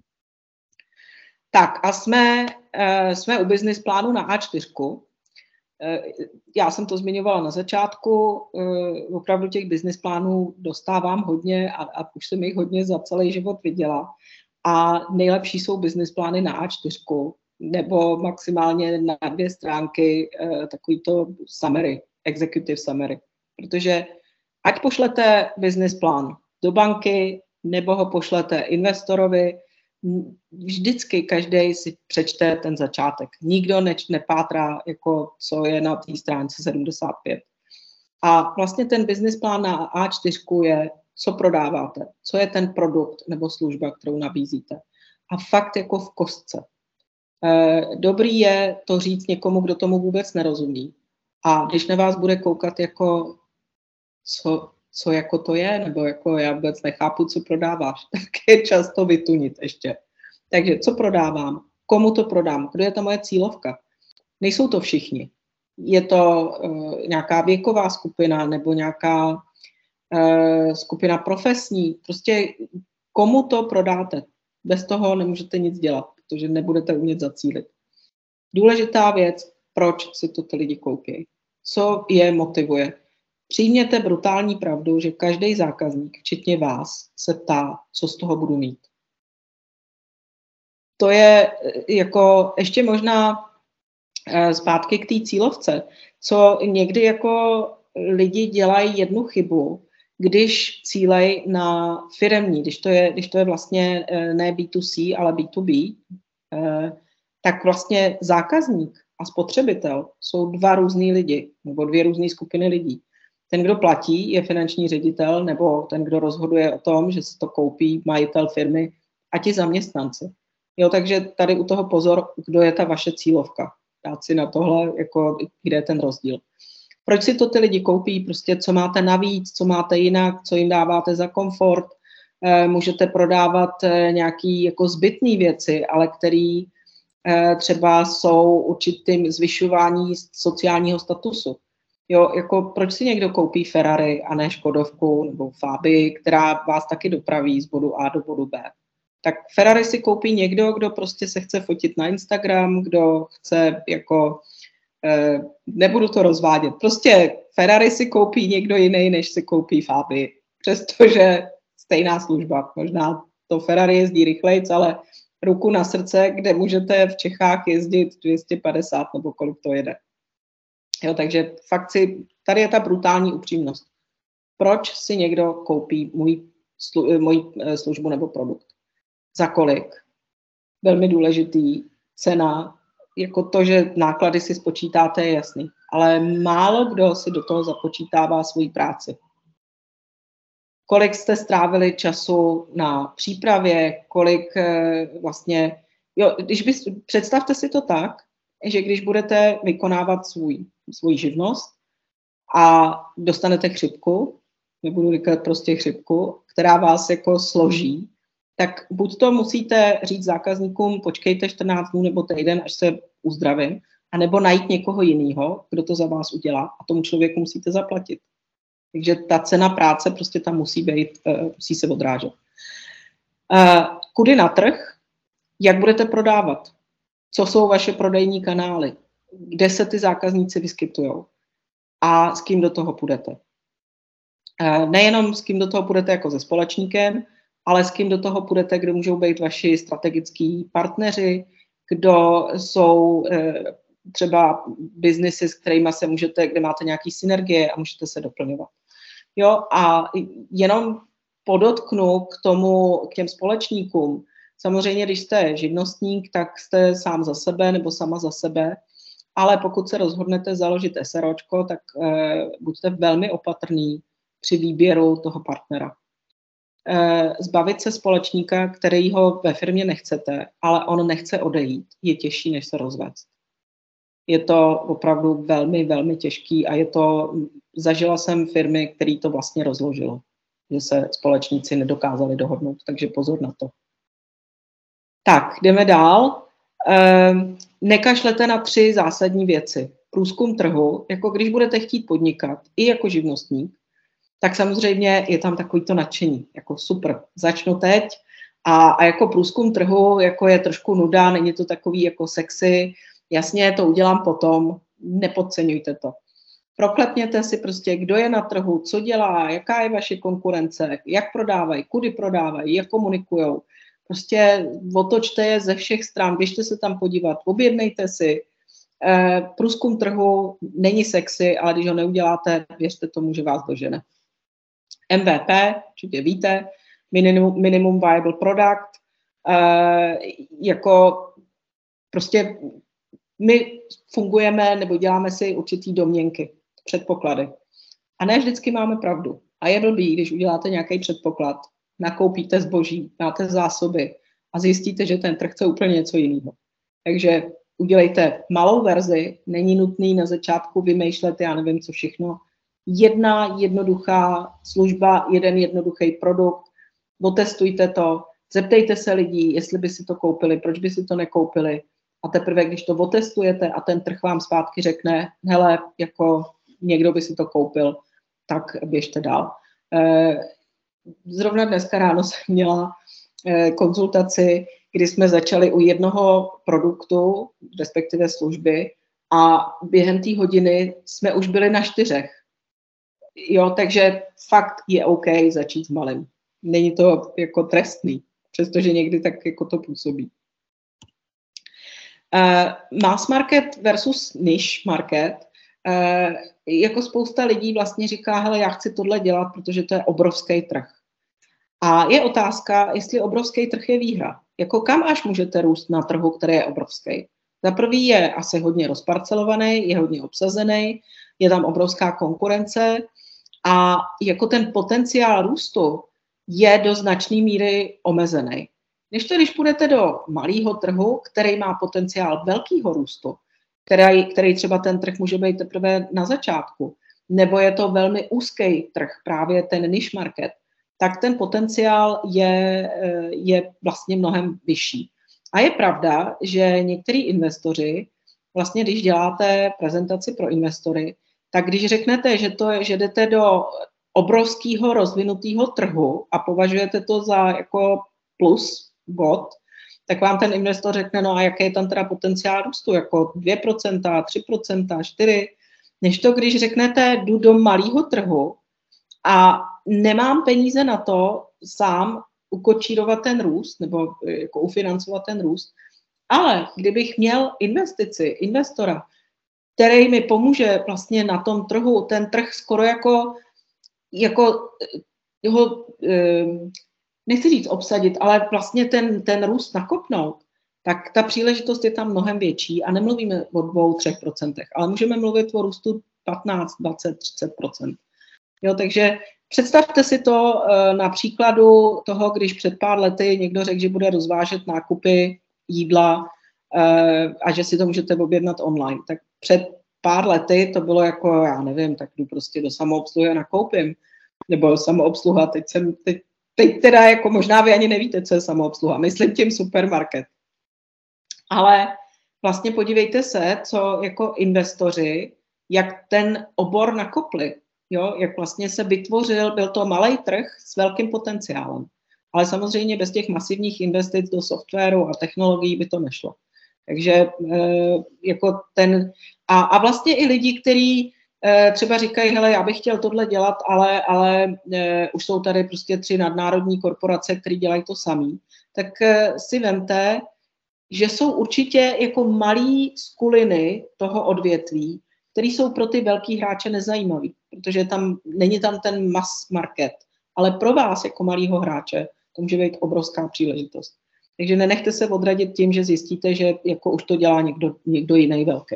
Tak a jsme u business plánu na A4. Já jsem to zmiňovala na začátku, opravdu těch business plánů dostávám hodně a už jsem jich hodně za celý život viděla. A nejlepší jsou business plány na A4 nebo maximálně na 2 stránky takový to summary, executive summary. Protože ať pošlete business plán do banky nebo ho pošlete investorovi, vždycky každý si přečte ten začátek. Nikdo nepátrá, jako co je na té stránce 75. A vlastně ten business plán na A4 je, co prodáváte, co je ten produkt nebo služba, kterou nabízíte. A fakt jako v kostce. Dobrý je to říct někomu, kdo tomu vůbec nerozumí. A když na vás bude koukat jako, co jako to je, nebo jako já vůbec nechápu, co prodáváš, tak je čas to vytunit ještě. Takže co prodávám, komu to prodám, kdo je ta moje cílovka. Nejsou to všichni. Je to nějaká věková skupina nebo nějaká skupina profesní. Prostě komu to prodáte. Bez toho nemůžete nic dělat, protože nebudete umět zacílit. Důležitá věc, proč si to ty lidi koupí. Co je motivuje. Přijměte brutální pravdu, že každý zákazník, včetně vás, se ptá, co z toho budu mít. To je jako ještě možná zpátky k té cílovce, co někdy jako lidi dělají jednu chybu, když cílej na firemní, když to je vlastně ne B2C, ale B2B, tak vlastně zákazník a spotřebitel jsou dva různý lidi nebo dvě různé skupiny lidí. Ten, kdo platí, je finanční ředitel nebo ten, kdo rozhoduje o tom, že si to koupí majitel firmy a ti zaměstnanci. Jo, takže tady u toho pozor, kdo je ta vaše cílovka. Dát si na tohle, jako, kde je ten rozdíl. Proč si to ty lidi koupí? Prostě co máte navíc, co máte jinak, co jim dáváte za komfort. Můžete prodávat nějaký jako zbytné věci, ale který třeba jsou určitým zvyšování sociálního statusu. Jo, jako proč si někdo koupí Ferrari a ne Škodovku nebo Fabii, která vás taky dopraví z bodu A do bodu B. Tak Ferrari si koupí někdo, kdo prostě se chce fotit na Instagram, kdo chce jako, nebudu to rozvádět, prostě Ferrari si koupí někdo jiný, než si koupí Fabii. Přestože stejná služba, možná to Ferrari jezdí rychlejc, ale ruku na srdce, kde můžete v Čechách jezdit 250 nebo kolik to jede. Jo, takže fakt tady je ta brutální upřímnost. Proč si někdo koupí moji službu nebo produkt? Za kolik? Velmi důležitý. Cena, jako to, že náklady si spočítáte, je jasný. Ale málo kdo si do toho započítává svoji práci. Kolik jste strávili času na přípravě, kolik vlastně... Jo, představte si to tak, že když budete vykonávat svou živnost a dostanete chřipku, nebudu říkat prostě chřipku, která vás jako složí, tak buď to musíte říct zákazníkům, počkejte 14 dnů nebo týden, až se uzdravím, anebo najít někoho jiného, kdo to za vás udělá a tomu člověku musíte zaplatit. Takže ta cena práce prostě tam musí být, musí se odrážet. Kudy na trh, jak budete prodávat? Co jsou vaše prodejní kanály? Kde se ty zákazníci vyskytujou? A s kým do toho půjdete? Nejenom s kým do toho půjdete jako se společníkem, ale s kým do toho půjdete, kdo můžou být vaši strategický partneři, kdo jsou třeba biznesy, s kterými se můžete, kde máte nějaký synergie a můžete se doplňovat. Jo, a jenom podotknu k těm společníkům. Samozřejmě, když jste živnostník, tak jste sám za sebe nebo sama za sebe, ale pokud se rozhodnete založit SROčko, tak buďte velmi opatrný při výběru toho partnera. Zbavit se společníka, kterýho ve firmě nechcete, ale on nechce odejít, je těžší, než se rozvést. Je to opravdu velmi, velmi těžký a zažila jsem firmy, které to vlastně rozložilo, že se společníci nedokázali dohodnout, takže pozor na to. Tak, jdeme dál. Nekašlete na 3 zásadní věci. Průzkum trhu, jako když budete chtít podnikat, i jako živnostník, tak samozřejmě je tam takovýto nadšení, jako super, začnu teď a jako průzkum trhu, jako je trošku nuda, není to takový jako sexy, jasně, to udělám potom, nepodceňujte to. Proklepněte si prostě, kdo je na trhu, co dělá, jaká je vaše konkurence, jak prodávají, kudy prodávají, jak komunikujou. Prostě otočte je ze všech stran, běžte se tam podívat, objednejte si. Průzkum trhu není sexy, ale když ho neuděláte, věřte tomu, že vás dožene. MVP, určitě víte, minimum viable product, jako prostě my fungujeme nebo děláme si určitý domněnky, předpoklady. A ne vždycky máme pravdu. A je blbý, když uděláte nějaký předpoklad, nakoupíte zboží, máte zásoby a zjistíte, že ten trh chce úplně něco jiného. Takže udělejte malou verzi, není nutný na začátku vymýšlet, já nevím co všechno. Jedna jednoduchá služba, jeden jednoduchý produkt, otestujte to, zeptejte se lidí, jestli by si to koupili, proč by si to nekoupili. A teprve, když to otestujete a ten trh vám zpátky řekne, hele, jako někdo by si to koupil, tak běžte dál. Zrovna dneska ráno jsem měla konzultaci, kdy jsme začali u jednoho produktu, respektive služby, a během té hodiny jsme už byli na 4. Jo, takže fakt je OK začít s malým. Není to jako trestný, přestože někdy tak jako to působí. Mass market versus niche market. Jako spousta lidí vlastně říká, hele, já chci tohle dělat, protože to je obrovský trh. A je otázka, jestli obrovský trh je výhra. Jako kam až můžete růst na trhu, který je obrovský? Za prvý je asi hodně rozparcelovaný, je hodně obsazený, je tam obrovská konkurence a jako ten potenciál růstu je do značné míry omezený. Když půjdete do malého trhu, který má potenciál velkého růstu, který třeba ten trh může být teprve na začátku, nebo je to velmi úzký trh, právě ten niche market, tak ten potenciál je vlastně mnohem vyšší. A je pravda, že některý investoři, vlastně když děláte prezentaci pro investory, tak když řeknete, že jdete do obrovského rozvinutého trhu a považujete to za jako plus bod, tak vám ten investor řekne, no a jaký je tam teda potenciál růstu, jako 2%, 3%, 4%, než to, když řeknete, jdu do malého trhu a nemám peníze na to sám ukočírovat ten růst, nebo jako ufinancovat ten růst, ale kdybych měl investora, který mi pomůže vlastně na tom trhu, ten trh skoro jako ho, nechci říct obsadit, ale vlastně ten růst nakopnout, tak ta příležitost je tam mnohem větší a nemluvíme o 2-3%, ale můžeme mluvit o růstu 15, 20, 30%. Jo, takže představte si to na příkladu toho, když před pár lety někdo řekl, že bude rozvážet nákupy jídla a že si to můžete objednat online. Tak před pár lety to bylo jako, já nevím, tak jdu prostě do samoobsluhy a nakoupím. Nebo samoobsluha, teď teda jako možná vy ani nevíte, co je samoobsluha. Myslím tím supermarket. Ale vlastně podívejte se, co jako investoři, jak ten obor nakopli. Jo, jak vlastně se vytvořil, byl to malý trh s velkým potenciálem. Ale samozřejmě bez těch masivních investic do softwaru a technologií by to nešlo. Takže jako a vlastně i lidi, kteří třeba říkají, hele, já bych chtěl tohle dělat, ale už jsou tady prostě 3 nadnárodní korporace, které dělají to samý, tak si vemte, že jsou určitě jako malý skuliny toho odvětví, které jsou pro ty velký hráče nezajímavý, protože není tam ten mass market, ale pro vás jako malýho hráče to může být obrovská příležitost. Takže nenechte se odradit tím, že zjistíte, že jako už to dělá někdo jiný velký.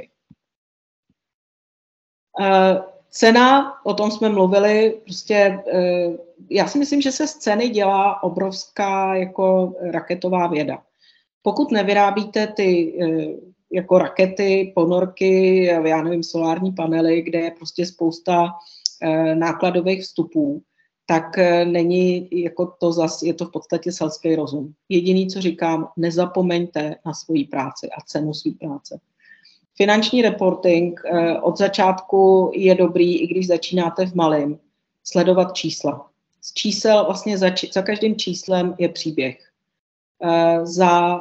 Cena, o tom jsme mluvili, prostě já si myslím, že se z ceny dělá obrovská jako raketová věda. Pokud nevyrábíte ty jako rakety, ponorky, já nevím, solární panely, kde je prostě spousta nákladových vstupů, tak není jako to zase, je to v podstatě selský rozum. Jediný, co říkám, nezapomeňte na svoji práci a cenu své práce. Finanční reporting od začátku je dobrý, i když začínáte v malém, sledovat čísla. Z čísel vlastně za každým číslem je příběh. Za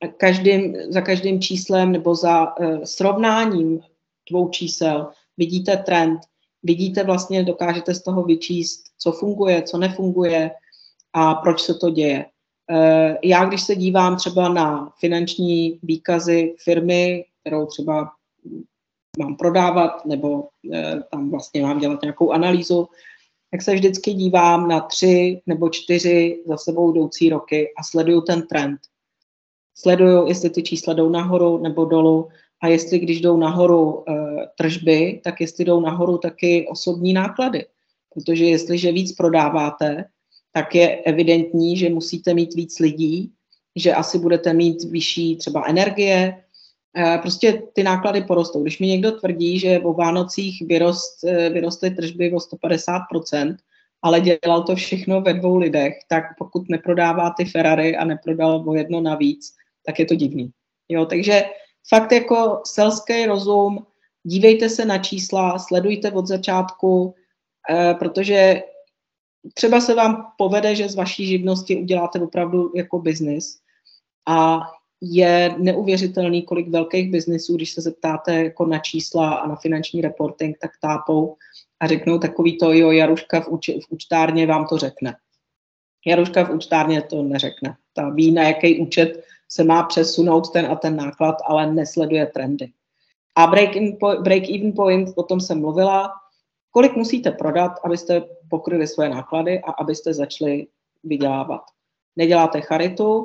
každým číslem nebo za srovnáním 2 čísel vidíte trend, vidíte vlastně, dokážete z toho vyčíst, co funguje, co nefunguje a proč se to děje. Já, když se dívám třeba na finanční výkazy firmy, kterou třeba mám prodávat nebo tam vlastně mám dělat nějakou analýzu, tak se vždycky dívám na 3 nebo 4 za sebou jdoucí roky a sleduju ten trend. Sleduju, jestli ty čísla jdou nahoru nebo dolů a jestli když jdou nahoru tržby, tak jestli jdou nahoru taky osobní náklady. Protože jestliže víc prodáváte, tak je evidentní, že musíte mít víc lidí, že asi budete mít vyšší třeba energie, prostě ty náklady porostou. Když mi někdo tvrdí, že o Vánocích vyrostly tržby o 150%, ale dělal to všechno ve 2 lidech, tak pokud neprodává ty Ferrari a neprodal o 1 navíc, tak je to divný. Jo, takže fakt jako selský rozum, dívejte se na čísla, sledujte od začátku, protože třeba se vám povede, že z vaší živnosti uděláte opravdu jako biznis a je neuvěřitelný, kolik velkých biznisů, když se zeptáte jako na čísla a na finanční reporting, tak tápou a řeknou takový to, jo, Jaruška v účtárně vám to řekne. Jaruška v účtárně to neřekne. Ta ví, na jaký účet se má přesunout ten a ten náklad, ale nesleduje trendy. A break-even point, o tom jsem mluvila, kolik musíte prodat, abyste pokryli svoje náklady a abyste začali vydělávat. Neděláte charitu,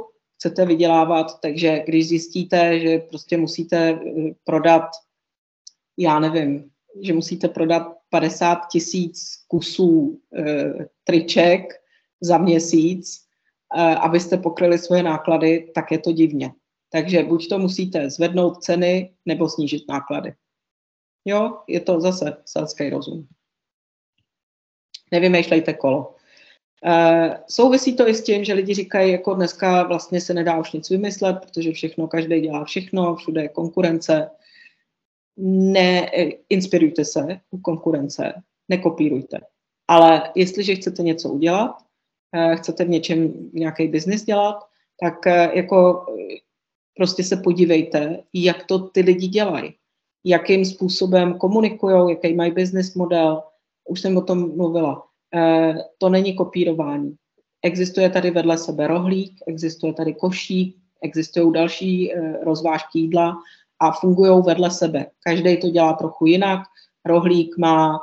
chcete vydělávat, takže když zjistíte, že prostě musíte prodat, já nevím, že musíte prodat 50 000 kusů triček za měsíc, abyste pokryli svoje náklady, tak je to divně. Takže buď to musíte zvednout ceny, nebo snížit náklady. Jo, je to zase selský rozum. Nevymýšlejte kolo. Souvisí to i s tím, že lidi říkají, jako dneska vlastně se nedá už nic vymyslet, protože každý dělá všechno, všude je konkurence. Neinspirujte se u konkurence, nekopírujte. Ale jestliže chcete něco udělat, chcete v něčem nějaký biznis dělat, tak jako prostě se podívejte, jak to ty lidi dělají. Jakým způsobem komunikujou, jaký mají business model. Už jsem o tom mluvila. To není kopírování. Existuje tady vedle sebe rohlík, existuje tady košík, existují další rozvážky jídla a fungují vedle sebe. Každý to dělá trochu jinak. Rohlík má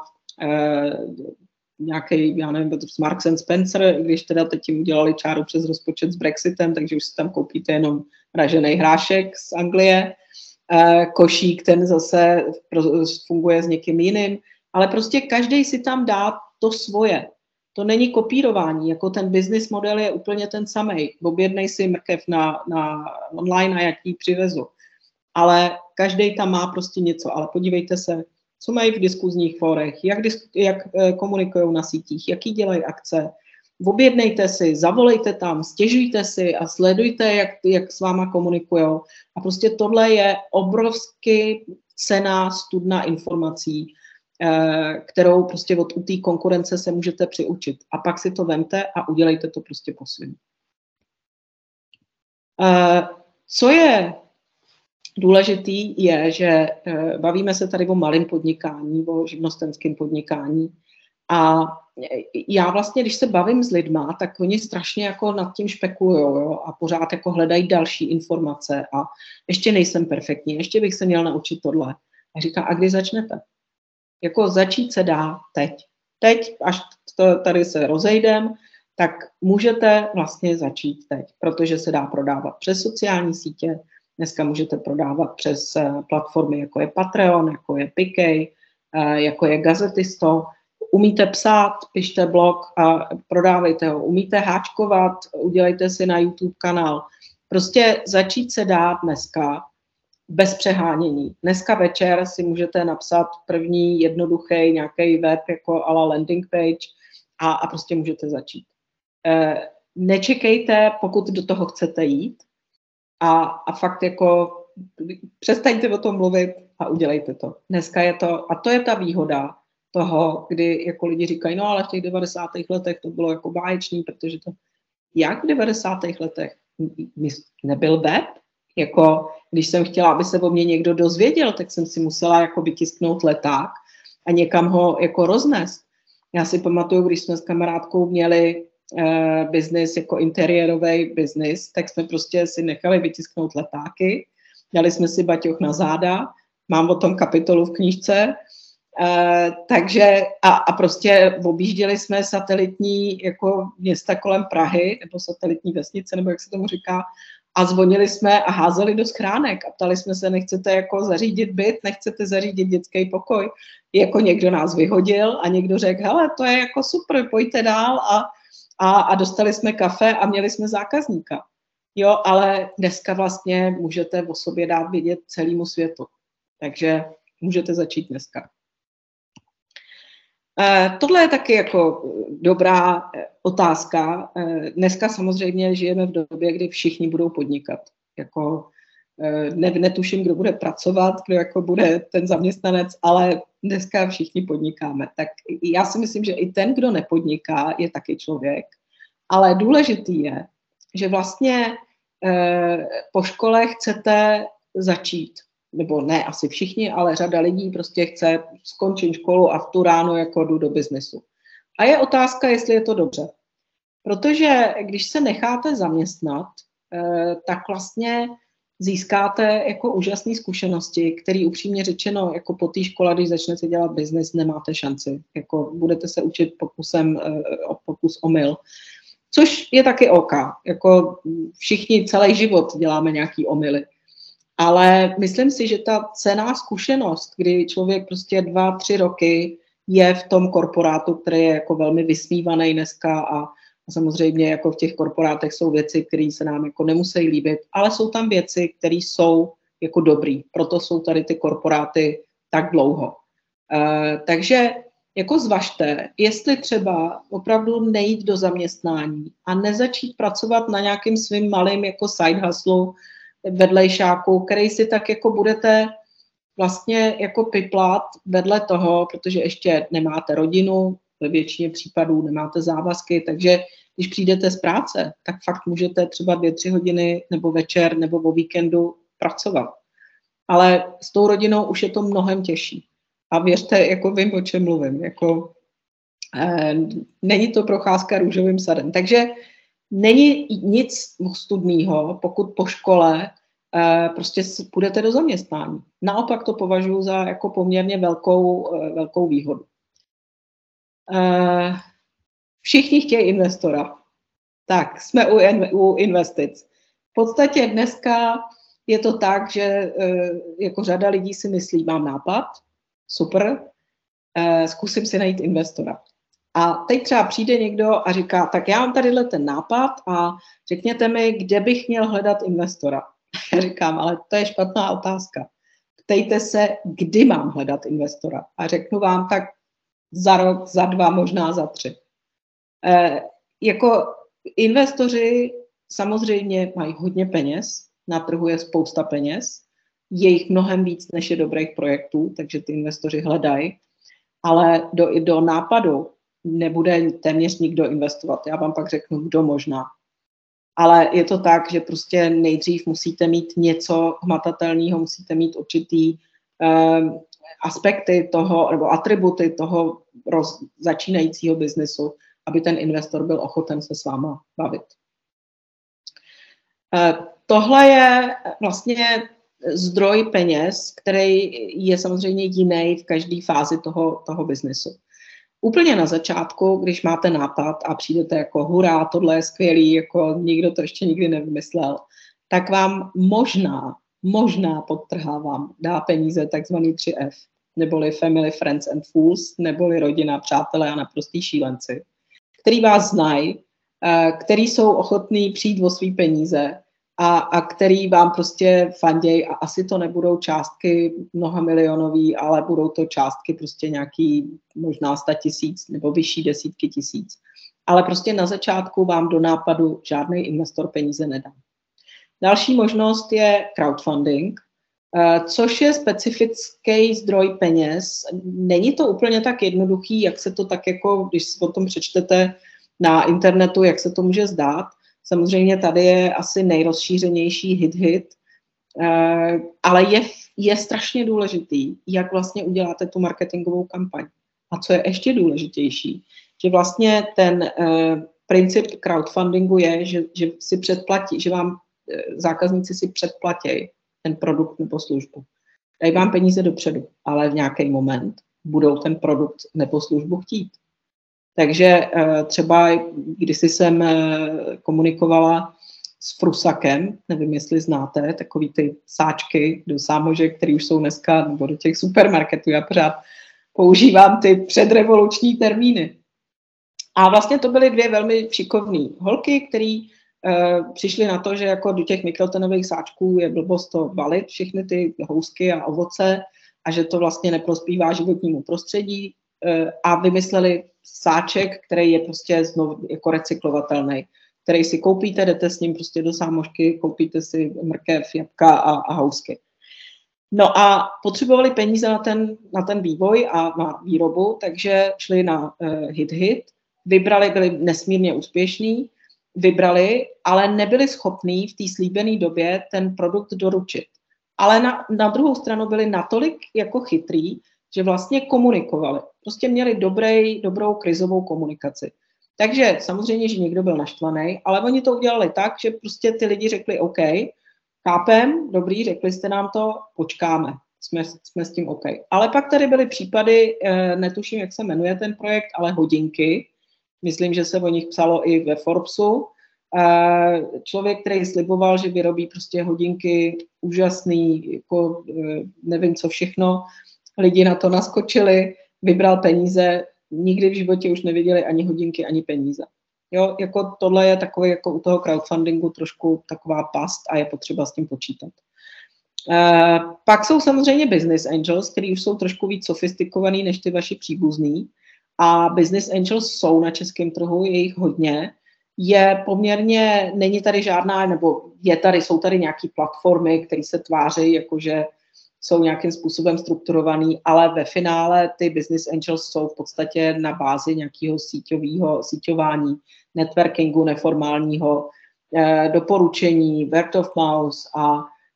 nějaký, já nevím, Marks and Spencer, když teda teď jim udělali čáru přes rozpočet s Brexitem, takže už si tam koupíte jenom ražený hrášek z Anglie. Košík, ten zase funguje s někým jiným, ale prostě každý si tam dá to svoje. To není kopírování, jako ten business model je úplně ten samej. Objednej si mrkev na online a jak ji přivezu. Ale každý tam má prostě něco, ale podívejte se, co mají v diskuzních fórech, jak komunikují na sítích, jaký dělají akce. Objednejte si, zavolejte tam, stěžujte si a sledujte, jak s váma komunikujou. A prostě tohle je obrovsky cenná studna informací, kterou prostě u té konkurence se můžete přiučit. A pak si to vemte a udělejte to prostě po svým. Co je důležitý, je, že bavíme se tady o malém podnikání, o živnostenském podnikání. A já vlastně, když se bavím s lidma, tak oni strašně jako nad tím špekulujou a pořád jako hledají další informace a ještě nejsem perfektní, ještě bych se měl naučit tohle. A říká, a kdy začnete? Jako začít se dá teď. Teď, až tady se rozejdem, tak můžete vlastně začít teď, protože se dá prodávat přes sociální sítě, dneska můžete prodávat přes platformy, jako je Patreon, jako je Pikej, jako je Gazetisto. Umíte psát, pište blog a prodávejte ho. Umíte háčkovat, udělejte si na YouTube kanál. Prostě začít se dá dneska bez přehánění. Dneska večer si můžete napsat první jednoduchý nějaký web jako a la landing page a prostě můžete začít. Nečekejte, pokud do toho chcete jít a fakt jako přestaňte o tom mluvit a udělejte to. Dneska je to, a to je ta výhoda toho, kdy jako lidi říkají, no ale v těch 90. letech to bylo jako báječný, protože to, jak v 90. letech nebyl web? Jako, když jsem chtěla, aby se o mě někdo dozvěděl, tak jsem si musela jako vytisknout leták a někam ho jako roznést. Já si pamatuju, když jsme s kamarádkou měli biznis, jako interiérový biznis, tak jsme prostě si nechali vytisknout letáky, dali jsme si baťoch na záda, mám o tom kapitolu v knížce, takže a prostě objížděli jsme satelitní jako města kolem Prahy, nebo satelitní vesnice, nebo jak se tomu říká, a zvonili jsme a házeli do schránek a ptali jsme se, nechcete jako zařídit byt, nechcete zařídit dětský pokoj. Jako někdo nás vyhodil a někdo řekl, hele, to je jako super, pojďte dál a dostali jsme kafe a měli jsme zákazníka. Jo, ale dneska vlastně můžete o sobě dát vědět celému světu. Takže můžete začít dneska. Tohle je taky jako dobrá otázka. Dneska samozřejmě žijeme v době, kdy všichni budou podnikat. Jako, netuším, kdo bude pracovat, kdo jako bude ten zaměstnanec, ale dneska všichni podnikáme. Tak já si myslím, že i ten, kdo nepodniká, je taky člověk. Ale důležitý je, že vlastně po škole chcete začít. Nebo ne asi všichni, ale řada lidí prostě chce skončit školu a v tu ráno jako jdu do biznesu. A je otázka, jestli je to dobře. Protože když se necháte zaměstnat, tak vlastně získáte jako úžasné zkušenosti, které upřímně řečeno jako po té škole, když začnete dělat biznes, nemáte šanci. Jako budete se učit pokus omyl. Což je taky OK. Jako všichni celý život děláme nějaký omyly. Ale myslím si, že ta cenná zkušenost, kdy člověk prostě 2-3 roky je v tom korporátu, který je jako velmi vysmívaný dneska a samozřejmě jako v těch korporátech jsou věci, které se nám jako nemusí líbit, ale jsou tam věci, které jsou jako dobrý. Proto jsou tady ty korporáty tak dlouho. Takže jako zvažte, jestli třeba opravdu nejít do zaměstnání a nezačít pracovat na nějakým svým malým jako side hustlu, vedlejšáku, který si tak jako budete vlastně jako piplat vedle toho, protože ještě nemáte rodinu, ve většině případů nemáte závazky, takže když přijdete z práce, tak fakt můžete třeba 2-3 hodiny nebo večer nebo o víkendu pracovat. Ale s tou rodinou už je to mnohem těžší. A věřte, jako vím, o čem mluvím. Jako, není to procházka růžovým sadem. Takže není nic studného, pokud po škole prostě půjdete do zaměstnání. Naopak to považuji za jako poměrně velkou výhodu. Všichni chtějí investora. Tak, jsme u investic. V podstatě dneska je to tak, že jako řada lidí si myslí, mám nápad, super, zkusím si najít investora. A teď třeba přijde někdo a říká, tak já mám tadyhle ten nápad a řekněte mi, kde bych měl hledat investora. Já říkám, ale to je špatná otázka. Ptejte se, kdy mám hledat investora. A řeknu vám tak za rok, za 2, možná za 3. Jako investoři samozřejmě mají hodně peněz, na trhu je spousta peněz, je jich mnohem víc, než je dobrých projektů, takže ty investoři hledají, ale do nápadu nebude téměř nikdo investovat. Já vám pak řeknu, kdo možná. Ale je to tak, že prostě nejdřív musíte mít něco hmatatelného, musíte mít určitý aspekty toho, nebo atributy toho začínajícího biznesu, aby ten investor byl ochoten se s váma bavit. Tohle je vlastně zdroj peněz, který je samozřejmě jiný v každé fázi toho biznesu. Úplně na začátku, když máte nápad a přijdete jako hurá, tohle je skvělý, jako nikdo to ještě nikdy nevymyslel, tak vám možná podtrhávám, dá peníze takzvaný 3F, neboli Family, Friends and Fools, neboli rodina, přátelé a naprostý šílenci, který vás znají, který jsou ochotní přijít o svý peníze a který vám prostě fanděj a asi to nebudou částky mnohamilionový, ale budou to částky prostě nějaký možná 100 000 nebo vyšší desítky tisíc. Ale prostě na začátku vám do nápadu žádný investor peníze nedá. Další možnost je crowdfunding, což je specifický zdroj peněz. Není to úplně tak jednoduchý, jak se to tak jako, když si o tom přečtete na internetu, jak se to může zdát. Samozřejmě tady je asi nejrozšířenější hit, ale je strašně důležitý, jak vlastně uděláte tu marketingovou kampaň. A co je ještě důležitější, že vlastně ten princip crowdfundingu je, že si předplatí, že vám zákazníci si předplatí ten produkt nebo službu. Dají vám peníze dopředu, ale v nějaký moment budou ten produkt nebo službu chtít. Takže třeba kdysi jsem komunikovala s Prusakem, nevím, jestli znáte, takový ty sáčky do sámožek, které už jsou dneska, nebo do těch supermarketů, já pořád používám ty předrevoluční termíny. A vlastně to byly 2 velmi šikovné holky, které přišly na to, že jako do těch mikrotonových sáčků je blbost to balit, všechny ty housky a ovoce a že to vlastně neprospívá životnímu prostředí a vymysleli sáček, který je prostě znovu jako recyklovatelný, který si koupíte, jdete s ním prostě do sámošky, koupíte si mrkev, jablka a housky. No a potřebovali peníze na ten vývoj a na výrobu, takže šli na hit, vybrali, byli nesmírně úspěšní, ale nebyli schopní v té slíbené době ten produkt doručit. Ale na druhou stranu byli natolik jako chytrý, že vlastně komunikovali. Prostě měli dobrou krizovou komunikaci. Takže samozřejmě, že někdo byl naštvaný, ale oni to udělali tak, že prostě ty lidi řekli OK, chápem, dobrý, řekli jste nám to, počkáme, jsme s tím OK. Ale pak tady byly případy, netuším, jak se jmenuje ten projekt, ale hodinky, Myslím, že se o nich psalo i ve Forbesu. Člověk, který sliboval, že vyrobí prostě hodinky úžasný, jako nevím co všechno, lidi na to naskočili, vybral peníze, nikdy v životě už neviděli ani hodinky, ani peníze. Jo, jako tohle je takový jako u toho crowdfundingu trošku taková past a je potřeba s tím počítat. Pak jsou samozřejmě business angels, který už jsou trošku víc sofistikovaný než ty vaši příbuzný. A business angels jsou na českém trhu, je jich hodně. Je poměrně, není tady žádná, nebo jsou tady nějaké platformy, které se tváří, jakože jsou nějakým způsobem strukturovaný, ale ve finále ty business angels jsou v podstatě na bázi nějakého síťování, networkingu neformálního, doporučení, word of mouth a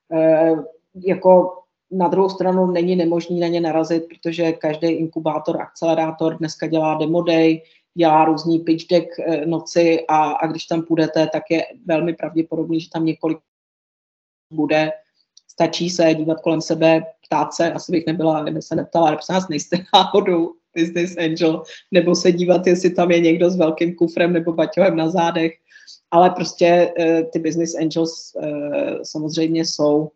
jako na druhou stranu není nemožný na ně narazit, protože každý inkubátor, akcelerátor dneska dělá demo day, dělá různý pitch deck noci a když tam půjdete, tak je velmi pravděpodobný, že tam několik bude. Stačí se dívat kolem sebe, ptát se, asi bych nebyla, kdyby se neptala, ale nás nejste náhodou business angel, nebo se dívat, jestli tam je někdo s velkým kufrem nebo baťohem na zádech, ale prostě ty business angels samozřejmě jsou,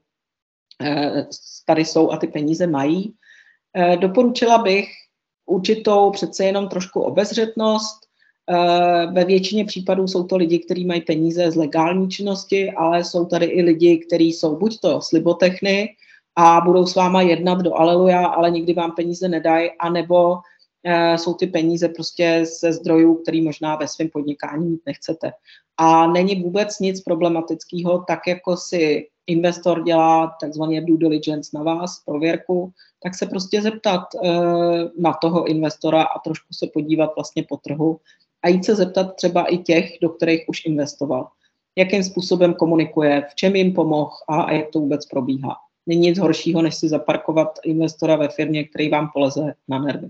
tady jsou a ty peníze mají. Doporučila bych určitou přece jenom trošku obezřetnost. Ve většině případů jsou to lidi, kteří mají peníze z legální činnosti, ale jsou tady i lidi, kteří jsou buď to slibotechny a budou s váma jednat do aleluja, ale nikdy vám peníze nedají, anebo jsou ty peníze prostě ze zdrojů, který možná ve svém podnikání mít nechcete. A není vůbec nic problematického, tak jako si investor dělá takzvaně due diligence na vás, prověrku, tak se prostě zeptat na toho investora a trošku se podívat vlastně po trhu a jít se zeptat třeba i těch, do kterých už investoval. Jakým způsobem komunikuje, v čem jim pomohl a jak to vůbec probíhá. Není nic horšího, než si zaparkovat investora ve firmě, který vám poleze na nervy.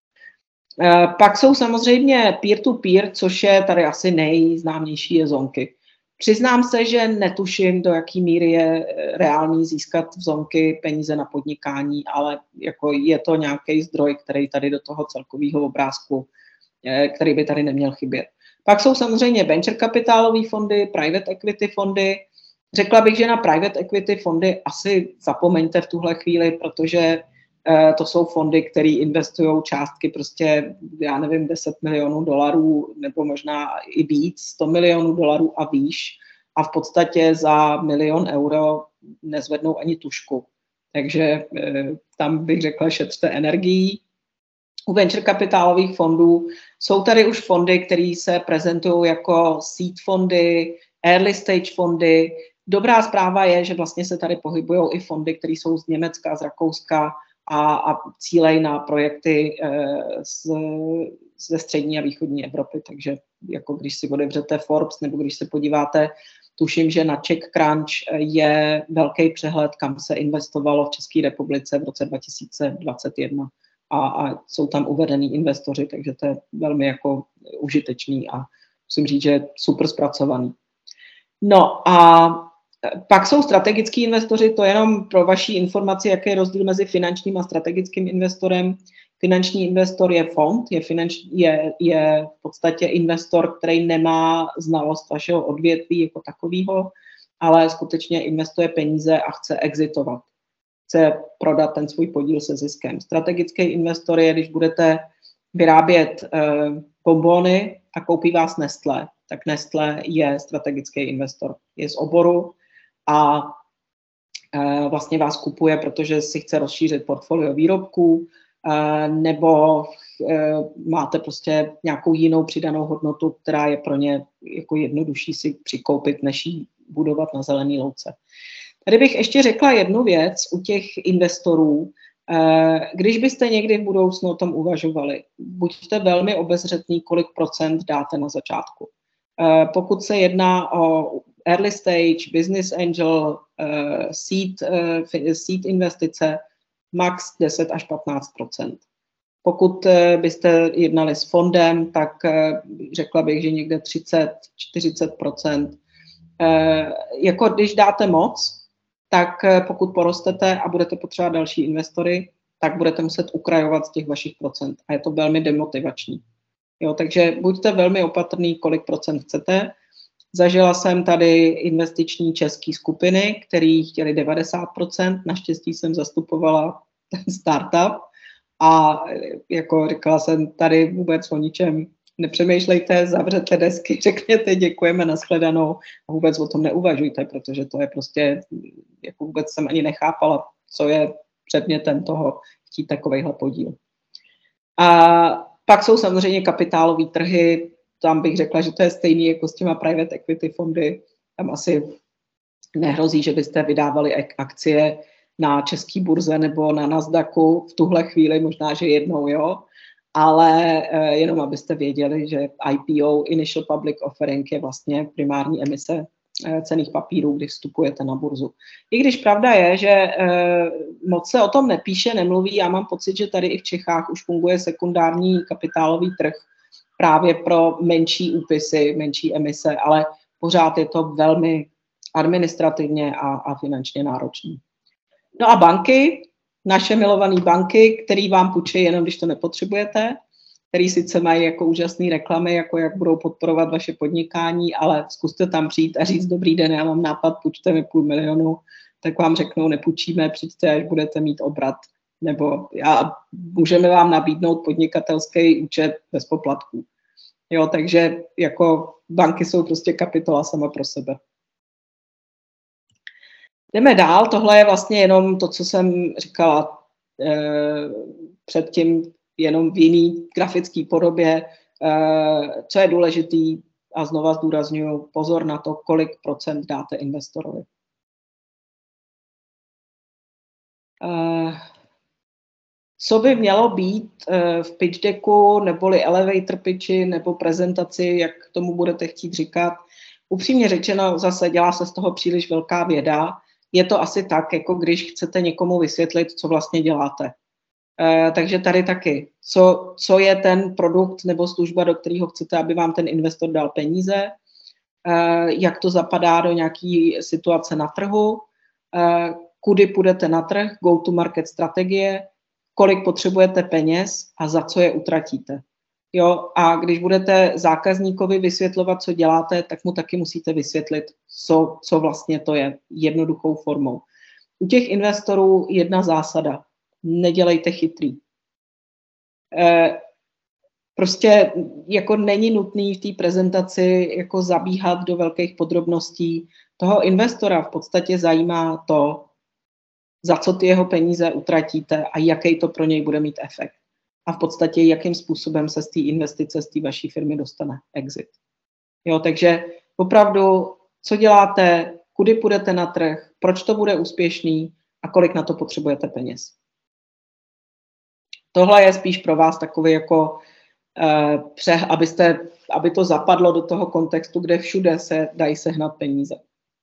Pak jsou samozřejmě peer-to-peer, což je tady asi nejznámější je Zonky. Přiznám se, že netuším, do jaký míry je reálný získat v Zonky peníze na podnikání, ale jako je to nějaký zdroj, který tady do toho celkového obrázku, který by tady neměl chybět. Pak jsou samozřejmě venture kapitálové fondy, private equity fondy. Řekla bych, že na private equity fondy asi zapomeňte v tuhle chvíli, protože to jsou fondy, které investují částky prostě, já nevím, 10 milionů dolarů nebo možná i víc, 100 milionů dolarů a výš a v podstatě za 1 milion euro nezvednou ani tušku. Takže tam bych řekla, šetřte energií. U venture kapitálových fondů jsou tady už fondy, které se prezentují jako seed fondy, early stage fondy. Dobrá zpráva je, že vlastně se tady pohybují i fondy, které jsou z Německa, z Rakouska a cílejí na projekty ze střední a východní Evropy. Takže jako když si otevřete Forbes nebo když se podíváte, tuším, že na Czech Crunch je velký přehled, kam se investovalo v České republice v roce 2021 a jsou tam uvedení investoři, takže to je velmi jako užitečný a musím říct, že je super zpracovaný. No a pak jsou strategický investoři, to je jenom pro vaši informaci, jaký je rozdíl mezi finančním a strategickým investorem. Finanční investor je fond, je v podstatě investor, který nemá znalost vašeho odvětví jako takového, ale skutečně investuje peníze a chce exitovat. Chce prodat ten svůj podíl se ziskem. Strategický investor je, když budete vyrábět bonbony a koupí vás Nestlé, tak Nestlé je strategický investor. Je z oboru a vlastně vás kupuje, protože si chce rozšířit portfolio výrobků, nebo máte prostě nějakou jinou přidanou hodnotu, která je pro ně jako jednodušší si přikoupit, než ji budovat na zelený louce. Tady bych ještě řekla jednu věc u těch investorů. Když byste někdy v budoucnu o tom uvažovali, buďte velmi obezřetní, kolik procent dáte na začátku. Pokud se jedná o early stage, business angel, seed investice, max 10 až 15%. Pokud byste jednali s fondem, tak řekla bych, že někde 30-40%. Jako když dáte moc, tak pokud porostete a budete potřebovat další investory, tak budete muset ukrajovat z těch vašich procent. A je to velmi demotivační. Jo, takže buďte velmi opatrný, kolik procent chcete. Zažila jsem tady investiční české skupiny, které chtěli 90%, naštěstí jsem zastupovala ten startup a jako říkala jsem tady vůbec o ničem nepřemýšlejte, zavřete desky, řekněte děkujeme, nashledanou a vůbec o tom neuvažujte, protože to je prostě, jako vůbec jsem ani nechápala, co je předmětem toho chtít takovejhle podíl. A pak jsou samozřejmě kapitálové trhy, tam bych řekla, že to je stejný jako s těma private equity fondy, tam asi nehrozí, že byste vydávali akcie na české burze nebo na Nasdaqu v tuhle chvíli, možná, že jednou, jo, ale jenom abyste věděli, že IPO, Initial Public Offering, je vlastně primární emise cenných papírů, když vstupujete na burzu. I když pravda je, že moc se o tom nepíše, nemluví, já mám pocit, že tady i v Čechách už funguje sekundární kapitálový trh právě pro menší úpisy, menší emise, ale pořád je to velmi administrativně a finančně náročné. No a banky, naše milované banky, které vám půjčí jenom, když to nepotřebujete, který sice mají jako úžasné reklamy, jako jak budou podporovat vaše podnikání, ale zkuste tam přijít a říct dobrý den, já mám nápad, půjčte mi 500 000, tak vám řeknou, nepůjčíme, přijďte, až budete mít obrat, nebo můžeme vám nabídnout podnikatelský účet bez poplatků. Jo, takže jako banky jsou prostě kapitola sama pro sebe. Jdeme dál, tohle je vlastně jenom to, co jsem říkala předtím, jenom v jiný grafické podobě. Co je důležitý, a znova zdůrazňuji, pozor na to, kolik procent dáte investorovi. Co by mělo být v pitch decku, neboli elevator pitchi, nebo prezentaci, jak tomu budete chtít říkat. Upřímně řečeno, zase dělá se z toho příliš velká věda. Je to asi tak, jako když chcete někomu vysvětlit, co vlastně děláte. Takže tady taky, co je ten produkt nebo služba, do kterého chcete, aby vám ten investor dal peníze, jak to zapadá do nějaké situace na trhu, kudy půjdete na trh, go-to-market strategie, kolik potřebujete peněz a za co je utratíte. Jo, a když budete zákazníkovi vysvětlovat, co děláte, tak mu taky musíte vysvětlit, co vlastně to je, jednoduchou formou. U těch investorů jedna zásada. Nedělejte chytrý. Prostě jako není nutný v té prezentaci jako zabíhat do velkých podrobností. Toho investora v podstatě zajímá to, za co ty jeho peníze utratíte a jaký to pro něj bude mít efekt. A v podstatě jakým způsobem se z té investice, z té vaší firmy dostane exit. Jo, takže opravdu, co děláte, kudy půjdete na trh, proč to bude úspěšný a kolik na to potřebujete peněz. Tohle je spíš pro vás takový jako, aby to zapadlo do toho kontextu, kde všude se dají sehnat peníze.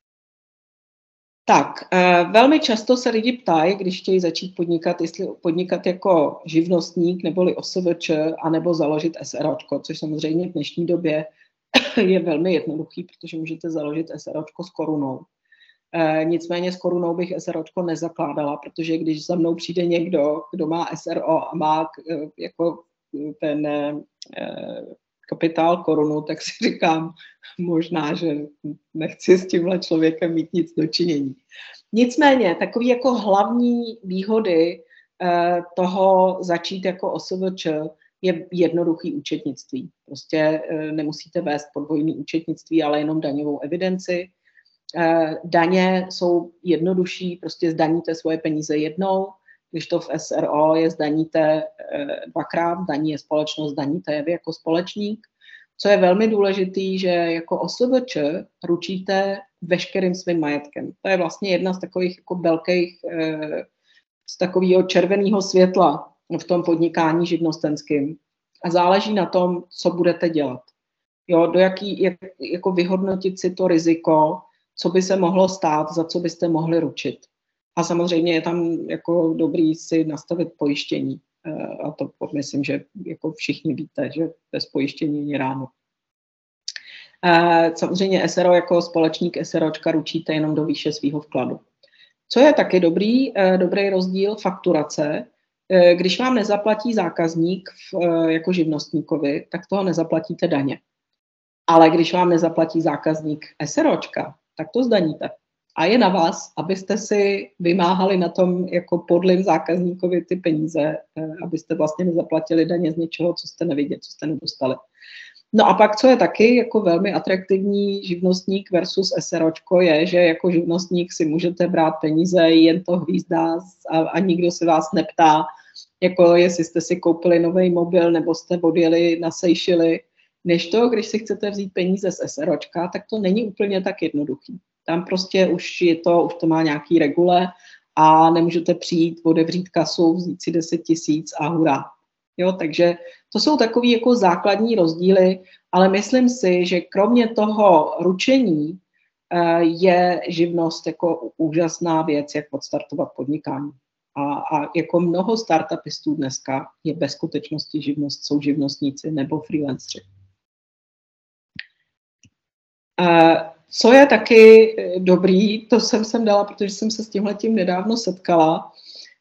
Tak, velmi často se lidi ptají, když chtějí začít podnikat, jestli podnikat jako živnostník, neboli OSVČ, anebo založit SROčko, což samozřejmě v dnešní době je velmi jednoduchý, protože můžete založit SROčko s korunou. Nicméně s korunou bych SROčko nezakládala, protože když za mnou přijde někdo, kdo má SRO a má jako ten kapitál korunu, tak si říkám, možná, že nechci s tímhle člověkem mít nic dočinění. Nicméně, takový jako hlavní výhody toho začít jako OSVČ je jednoduchý účetnictví. Prostě nemusíte vést podvojný účetnictví, ale jenom daňovou evidenci. Daně jsou jednodušší, prostě zdaníte svoje peníze jednou, když to v SRO je zdaníte dvakrát, daní je společnost, zdaníte je vy jako společník. Co je velmi důležitý, že jako OSVČ ručíte veškerým svým majetkem. To je vlastně jedna z takových jako velkých, z takového červeného světla v tom podnikání živnostenským. A záleží na tom, co budete dělat. Jo, jako vyhodnotit si to riziko, co by se mohlo stát, za co byste mohli ručit. A samozřejmě je tam jako dobrý si nastavit pojištění. A to myslím, že jako všichni víte, že bez pojištění není ráno. Samozřejmě SRO jako společník SROčka ručíte jenom do výše svého vkladu. Co je taky dobrý rozdíl, fakturace. Když vám nezaplatí zákazník jako živnostníkovi, tak toho nezaplatíte daně. Ale když vám nezaplatí zákazník SROčka, tak to zdaníte. A je na vás, abyste si vymáhali na tom jako podlým zákazníkovi ty peníze, abyste vlastně nezaplatili daně z něčeho, co jste neviděli, co jste nedostali. No a pak, co je taky jako velmi atraktivní živnostník versus SROčko, je, že jako živnostník si můžete brát peníze, jen to hvízdá a nikdo se vás neptá, jako jestli jste si koupili nový mobil nebo jste odjeli na Seychely, než to, když si chcete vzít peníze z SROčka, tak to není úplně tak jednoduchý. Tam prostě už to má nějaký regule a nemůžete přijít, otevřít kasu, vzít si 10 000 a hurá. Jo, takže to jsou takový jako základní rozdíly, ale myslím si, že kromě toho ručení je živnost jako úžasná věc, jak odstartovat podnikání. A jako mnoho startupistů dneska je ve skutečnosti živnost, jsou živnostníci nebo freelanceri. Co je taky dobrý, to jsem sem dala, protože jsem se s tímhletím nedávno setkala,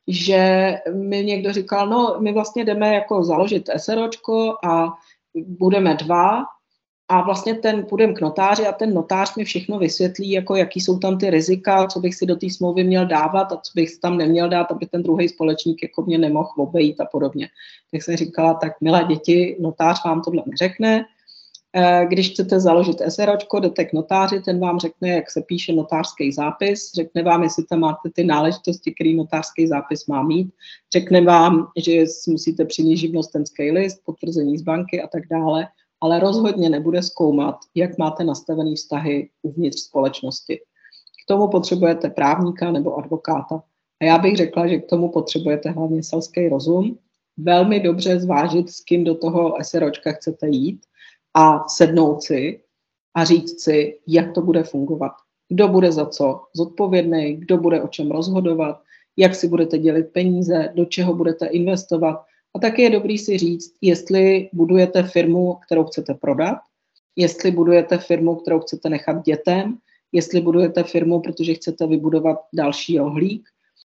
že mi někdo říkal, no my vlastně jdeme jako založit SROčko a budeme 2 a vlastně půjdeme k notáři a ten notář mi všechno vysvětlí, jako jaký jsou tam ty rizika, co bych si do té smlouvy měl dávat a co bych tam neměl dát, aby ten druhý společník jako mě nemohl obejít a podobně. Tak jsem říkala, tak milé děti, notář vám tohle neřekne. Když chcete založit SROčko, jdete k notáři, ten vám řekne, jak se píše notářský zápis, řekne vám, jestli tam máte ty náležitosti, který notářský zápis má mít, řekne vám, že musíte přinést živnostenský list, potvrzení z banky a tak dále, ale rozhodně nebude zkoumat, jak máte nastavený vztahy uvnitř společnosti. K tomu potřebujete právníka nebo advokáta. A já bych řekla, že k tomu potřebujete hlavně selský rozum, velmi dobře zvážit, s kým do toho SROčka chcete jít, a sednout si a říct si, jak to bude fungovat. Kdo bude za co zodpovědný, kdo bude o čem rozhodovat, jak si budete dělit peníze, do čeho budete investovat. A taky je dobrý si říct, jestli budujete firmu, kterou chcete prodat, jestli budujete firmu, kterou chcete nechat dětem, jestli budujete firmu, protože chcete vybudovat další rohlík.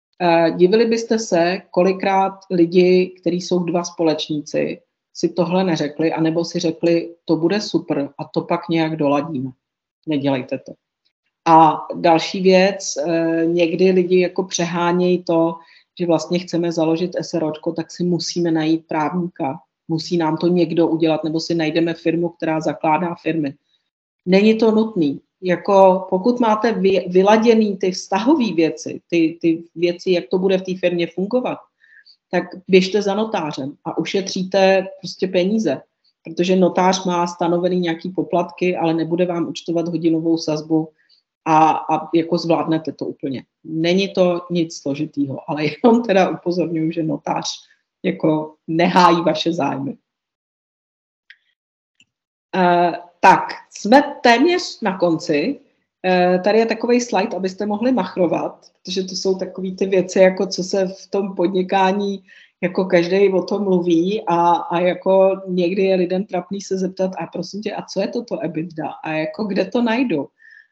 Divili byste se, kolikrát lidi, kteří jsou 2 společníci, si tohle neřekli, anebo si řekli, to bude super a to pak nějak doladíme. Nedělejte to. A další věc, někdy lidi jako přehánějí to, že vlastně chceme založit SROčko, tak si musíme najít právníka. Musí nám to někdo udělat, nebo si najdeme firmu, která zakládá firmy. Není to nutný. Jako pokud máte vyladěný ty vztahové věci, ty věci, jak to bude v té firmě fungovat, tak běžte za notářem a ušetříte prostě peníze, protože notář má stanovený nějaký poplatky, ale nebude vám účtovat hodinovou sazbu a jako zvládnete to úplně. Není to nic složitýho, ale jenom teda upozorňuji, že notář jako nehájí vaše zájmy. Tak, jsme téměř na konci. Tady je takový slide, abyste mohli machrovat, protože to jsou takové ty věci, jako co se v tom podnikání, jako každý o tom mluví a jako někdy je lidem trapný se zeptat, a prosím tě, a co je toto EBITDA? A jako kde to najdu?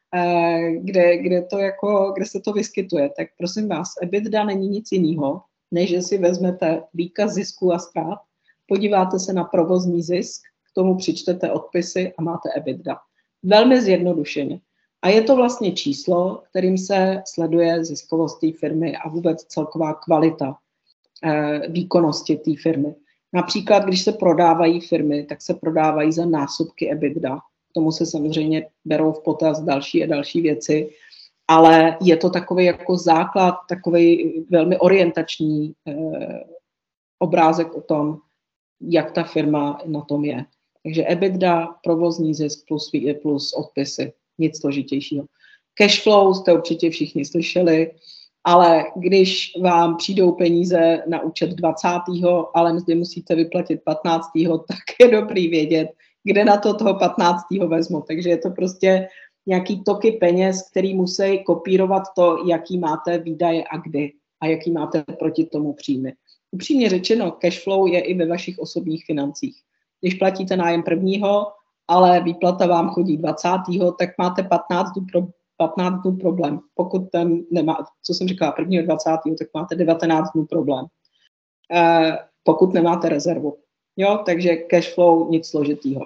Kde se to vyskytuje? Tak prosím vás, EBITDA není nic jiného, než že si vezmete výkaz zisku a ztrát, podíváte se na provozní zisk, k tomu přičtete odpisy a máte EBITDA. Velmi zjednodušeně. A je to vlastně číslo, kterým se sleduje ziskovost té firmy a vůbec celková kvalita výkonnosti té firmy. Například, když se prodávají firmy, tak se prodávají za násobky EBITDA. K tomu se samozřejmě berou v potaz další a další věci, ale je to takový jako základ, takový velmi orientační obrázek o tom, jak ta firma na tom je. Takže EBITDA, provozní zisk plus odpisy. Nic složitějšího. Cashflow jste určitě všichni slyšeli, ale když vám přijdou peníze na účet 20., ale mzdy musíte vyplatit 15., tak je dobrý vědět, kde na to toho 15. vezmu. Takže je to prostě nějaký toky peněz, který musí kopírovat to, jaký máte výdaje a kdy a jaký máte proti tomu příjmy. Upřímně řečeno, cashflow je i ve vašich osobních financích. Když platíte nájem 1., ale výplata vám chodí 20., tak máte 15 dnů problém. Pokud ten nemá, co jsem říkala, 1. 20., tak máte 19 dnů problém. pokud nemáte rezervu. Jo, takže cash flow, nic složitýho.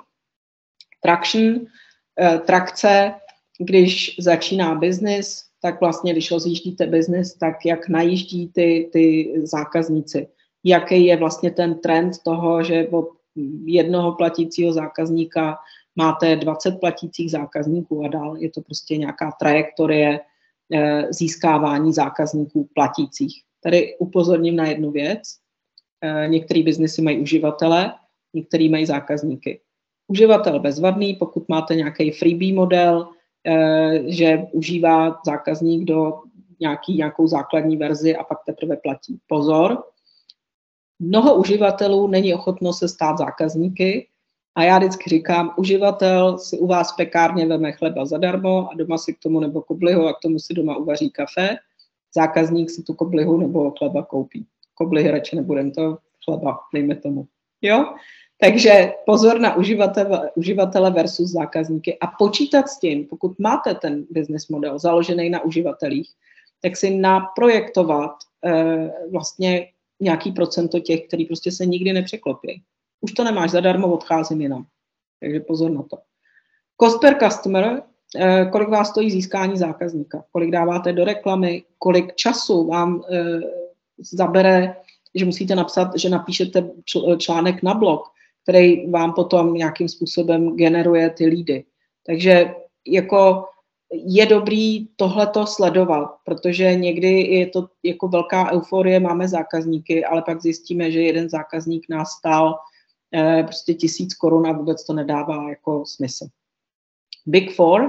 Trakce, když začíná biznis, tak vlastně, když rozjíždíte biznis, tak jak najíždí ty zákazníci. Jaký je vlastně ten trend toho, že od jednoho platícího zákazníka máte 20 platících zákazníků a dál. Je to prostě nějaká trajektorie získávání zákazníků platících. Tady upozorním na jednu věc. Některé biznesy mají uživatele, některé mají zákazníky. Uživatel bezvadný, pokud máte nějaký freebie model, že užívá zákazník do nějakou základní verzi a pak teprve platí. Pozor, mnoho uživatelů není ochotno se stát zákazníky a já vždycky říkám, uživatel si u vás v pekárně veme chleba zadarmo a doma si k tomu nebo koblihu a k tomu si doma uvaří kafe. Zákazník si tu koblihu nebo chleba koupí. Koblihy radši nebudem, to chleba, dejme tomu. Jo? Takže pozor na uživatele versus zákazníky a počítat s tím, pokud máte ten business model založený na uživatelích, tak si naprojektovat vlastně nějaký procento těch, který prostě se nikdy nepřeklopí. Už to nemáš zadarmo, odcházím jinam. Takže pozor na to. Cost per customer, kolik vás stojí získání zákazníka, kolik dáváte do reklamy, kolik času vám zabere, že musíte napsat, že napíšete článek na blog, který vám potom nějakým způsobem generuje ty lídy. Takže jako je dobrý tohleto sledovat, protože někdy je to jako velká euforie, máme zákazníky, ale pak zjistíme, že jeden zákazník nás stál prostě 1000 korun a vůbec to nedává jako smysl. Big Four,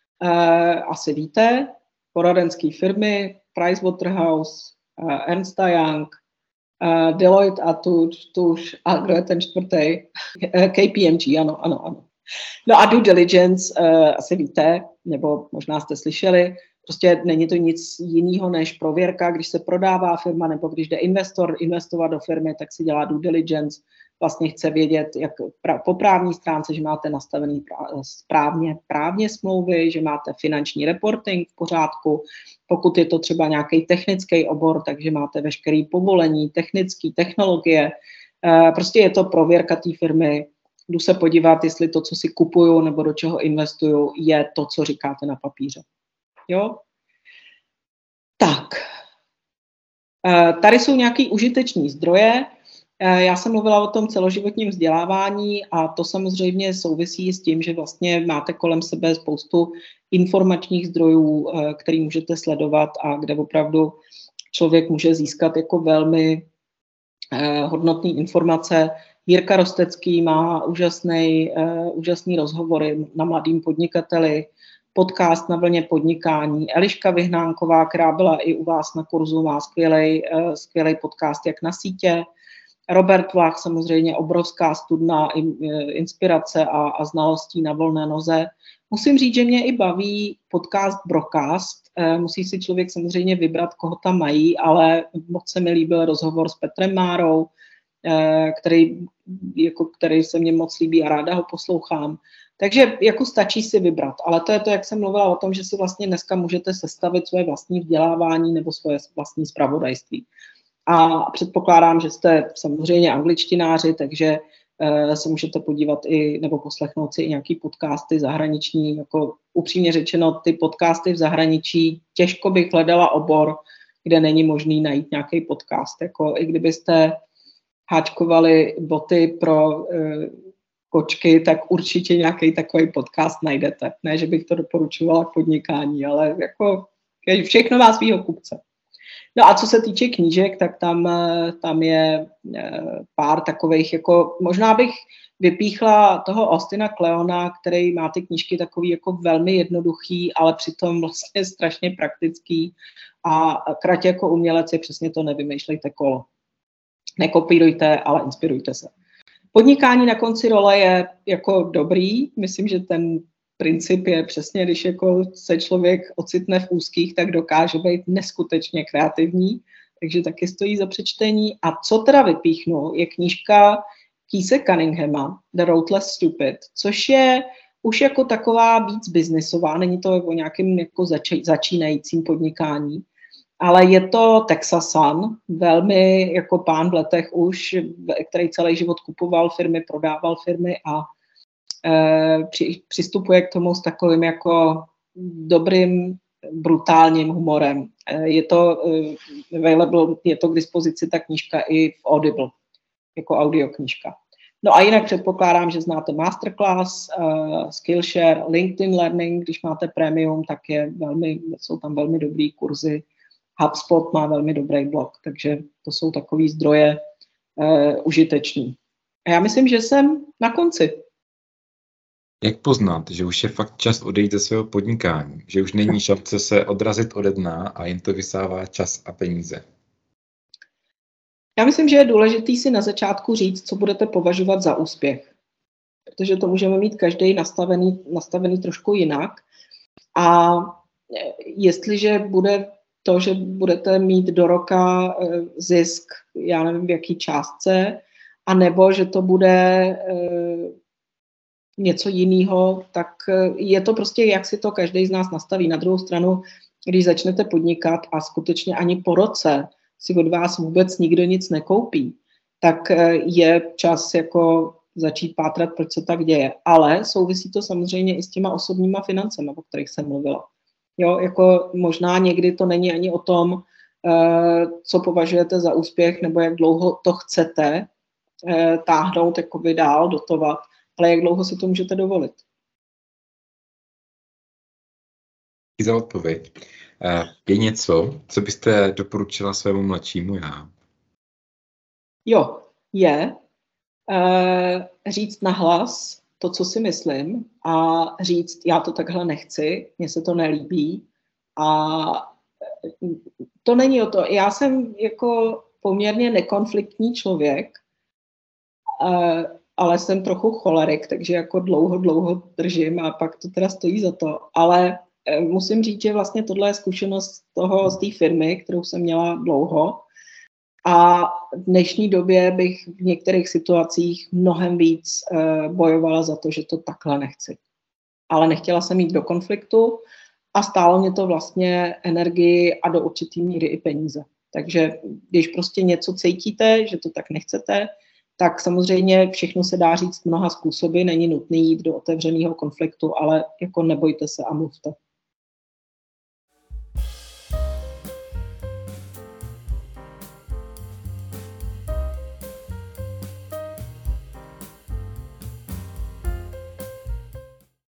asi víte, poradenské firmy, Pricewaterhouse, Ernst & Young, Deloitte a tuž, a kdo je ten čtvrtý? KPMG, ano. No a due diligence, asi víte, nebo možná jste slyšeli, prostě není to nic jiného než prověrka, když se prodává firma, nebo když jde investor investovat do firmy, tak si dělá due diligence, vlastně chce vědět, jak po právní stránce, že máte nastavený právně smlouvy, že máte finanční reporting v pořádku, pokud je to třeba nějaký technický obor, takže máte veškeré povolení, technologie, prostě je to prověrka té firmy. Jdu se podívat, jestli to, co si kupuju nebo do čeho investuju, je to, co říkáte na papíře. Jo? Tak. Tady jsou nějaké užiteční zdroje. Já jsem mluvila o tom celoživotním vzdělávání a to samozřejmě souvisí s tím, že vlastně máte kolem sebe spoustu informačních zdrojů, který můžete sledovat a kde opravdu člověk může získat jako velmi hodnotné informace. Jirka Rostecký má úžasný rozhovory na mladým podnikateli, podcast Na vlně podnikání. Eliška Vyhnánková, která byla i u vás na kurzu, má skvělý podcast Jak na sítě. Robert Vlach, samozřejmě obrovská studna inspirace a znalostí na volné noze. Musím říct, že mě i baví podcast Brocast. Musí si člověk samozřejmě vybrat, koho tam mají, ale moc se mi líbil rozhovor s Petrem Márou, který se mně moc líbí a ráda ho poslouchám. Takže jako stačí si vybrat, ale to je to, jak jsem mluvila o tom, že si vlastně dneska můžete sestavit svoje vlastní vzdělávání nebo svoje vlastní zpravodajství. A předpokládám, že jste samozřejmě angličtináři, takže se můžete podívat i nebo poslechnout si i nějaký podcasty zahraniční. Jako upřímně řečeno, ty podcasty v zahraničí, těžko bych hledala obor, kde není možný najít nějaký podcast. Jako i kdybyste háčkovali boty pro kočky, tak určitě nějaký takový podcast najdete. Ne, že bych to doporučovala k podnikání, ale jako všechno má svýho kupce. No a co se týče knížek, tak tam je pár takových, jako možná bych vypíchla toho Austina Kleona, který má ty knížky takový jako velmi jednoduchý, ale přitom vlastně strašně praktický a Krať jako umělec je přesně to nevymýšlejte kolo. Nekopírujte, ale inspirujte se. Podnikání na konci role je jako dobrý, myslím, že ten princip je přesně, když jako se člověk ocitne v úzkých, tak dokáže být neskutečně kreativní, takže taky stojí za přečtení. A co teda vypíchnu, je knížka Keithe Cunninghama, The Road Less Stupid, což je už jako taková víc biznisová, není to o nějakém jako začínajícím podnikání, Ale je to Texasan, velmi jako pán v letech už, který celý život kupoval firmy, prodával firmy a přistupuje k tomu s takovým jako dobrým, brutálním humorem. Je to available, je to k dispozici ta knížka i v Audible, jako audioknížka. No a jinak předpokládám, že znáte Masterclass, Skillshare, LinkedIn Learning, když máte premium, tak jsou tam velmi dobrý kurzy. HubSpot má velmi dobrý blog, takže to jsou takový zdroje užitečný. A já myslím, že jsem na konci. Jak poznat, že už je fakt čas odejít ze svého podnikání, že už není šance se odrazit ode dna a jen to vysává čas a peníze? Já myslím, že je důležitý si na začátku říct, co budete považovat za úspěch. Protože to můžeme mít každý nastavený trošku jinak. A jestliže bude to, že budete mít do roka zisk, já nevím v jaký částce, anebo že to bude něco jiného, tak je to prostě, jak si to každý z nás nastaví. Na druhou stranu, když začnete podnikat a skutečně ani po roce si od vás vůbec nikdo nic nekoupí, tak je čas jako začít pátrat, proč se tak děje. Ale souvisí to samozřejmě i s těma osobníma financemi, o kterých jsem mluvila. Jo, jako možná někdy to není ani o tom, co považujete za úspěch, nebo jak dlouho to chcete táhnout jakoby dál, dotovat, ale jak dlouho si to můžete dovolit. Díky za odpověď. Je něco, co byste doporučila svému mladšímu já? Jo, je říct nahlas to, co si myslím, a říct, já to takhle nechci, mně se to nelíbí. A to není o to. Já jsem jako poměrně nekonfliktní člověk, ale jsem trochu cholerik, takže jako dlouho držím a pak to teda stojí za to. Ale musím říct, že vlastně tohle je zkušenost z té firmy, kterou jsem měla dlouho. A v dnešní době bych v některých situacích mnohem víc bojovala za to, že to takhle nechci. Ale nechtěla jsem jít do konfliktu a stálo mě to vlastně energii a do určitý míry i peníze. Takže když prostě něco cítíte, že to tak nechcete, tak samozřejmě všechno se dá říct mnoha způsoby, není nutné jít do otevřeného konfliktu, ale jako nebojte se a mluvte.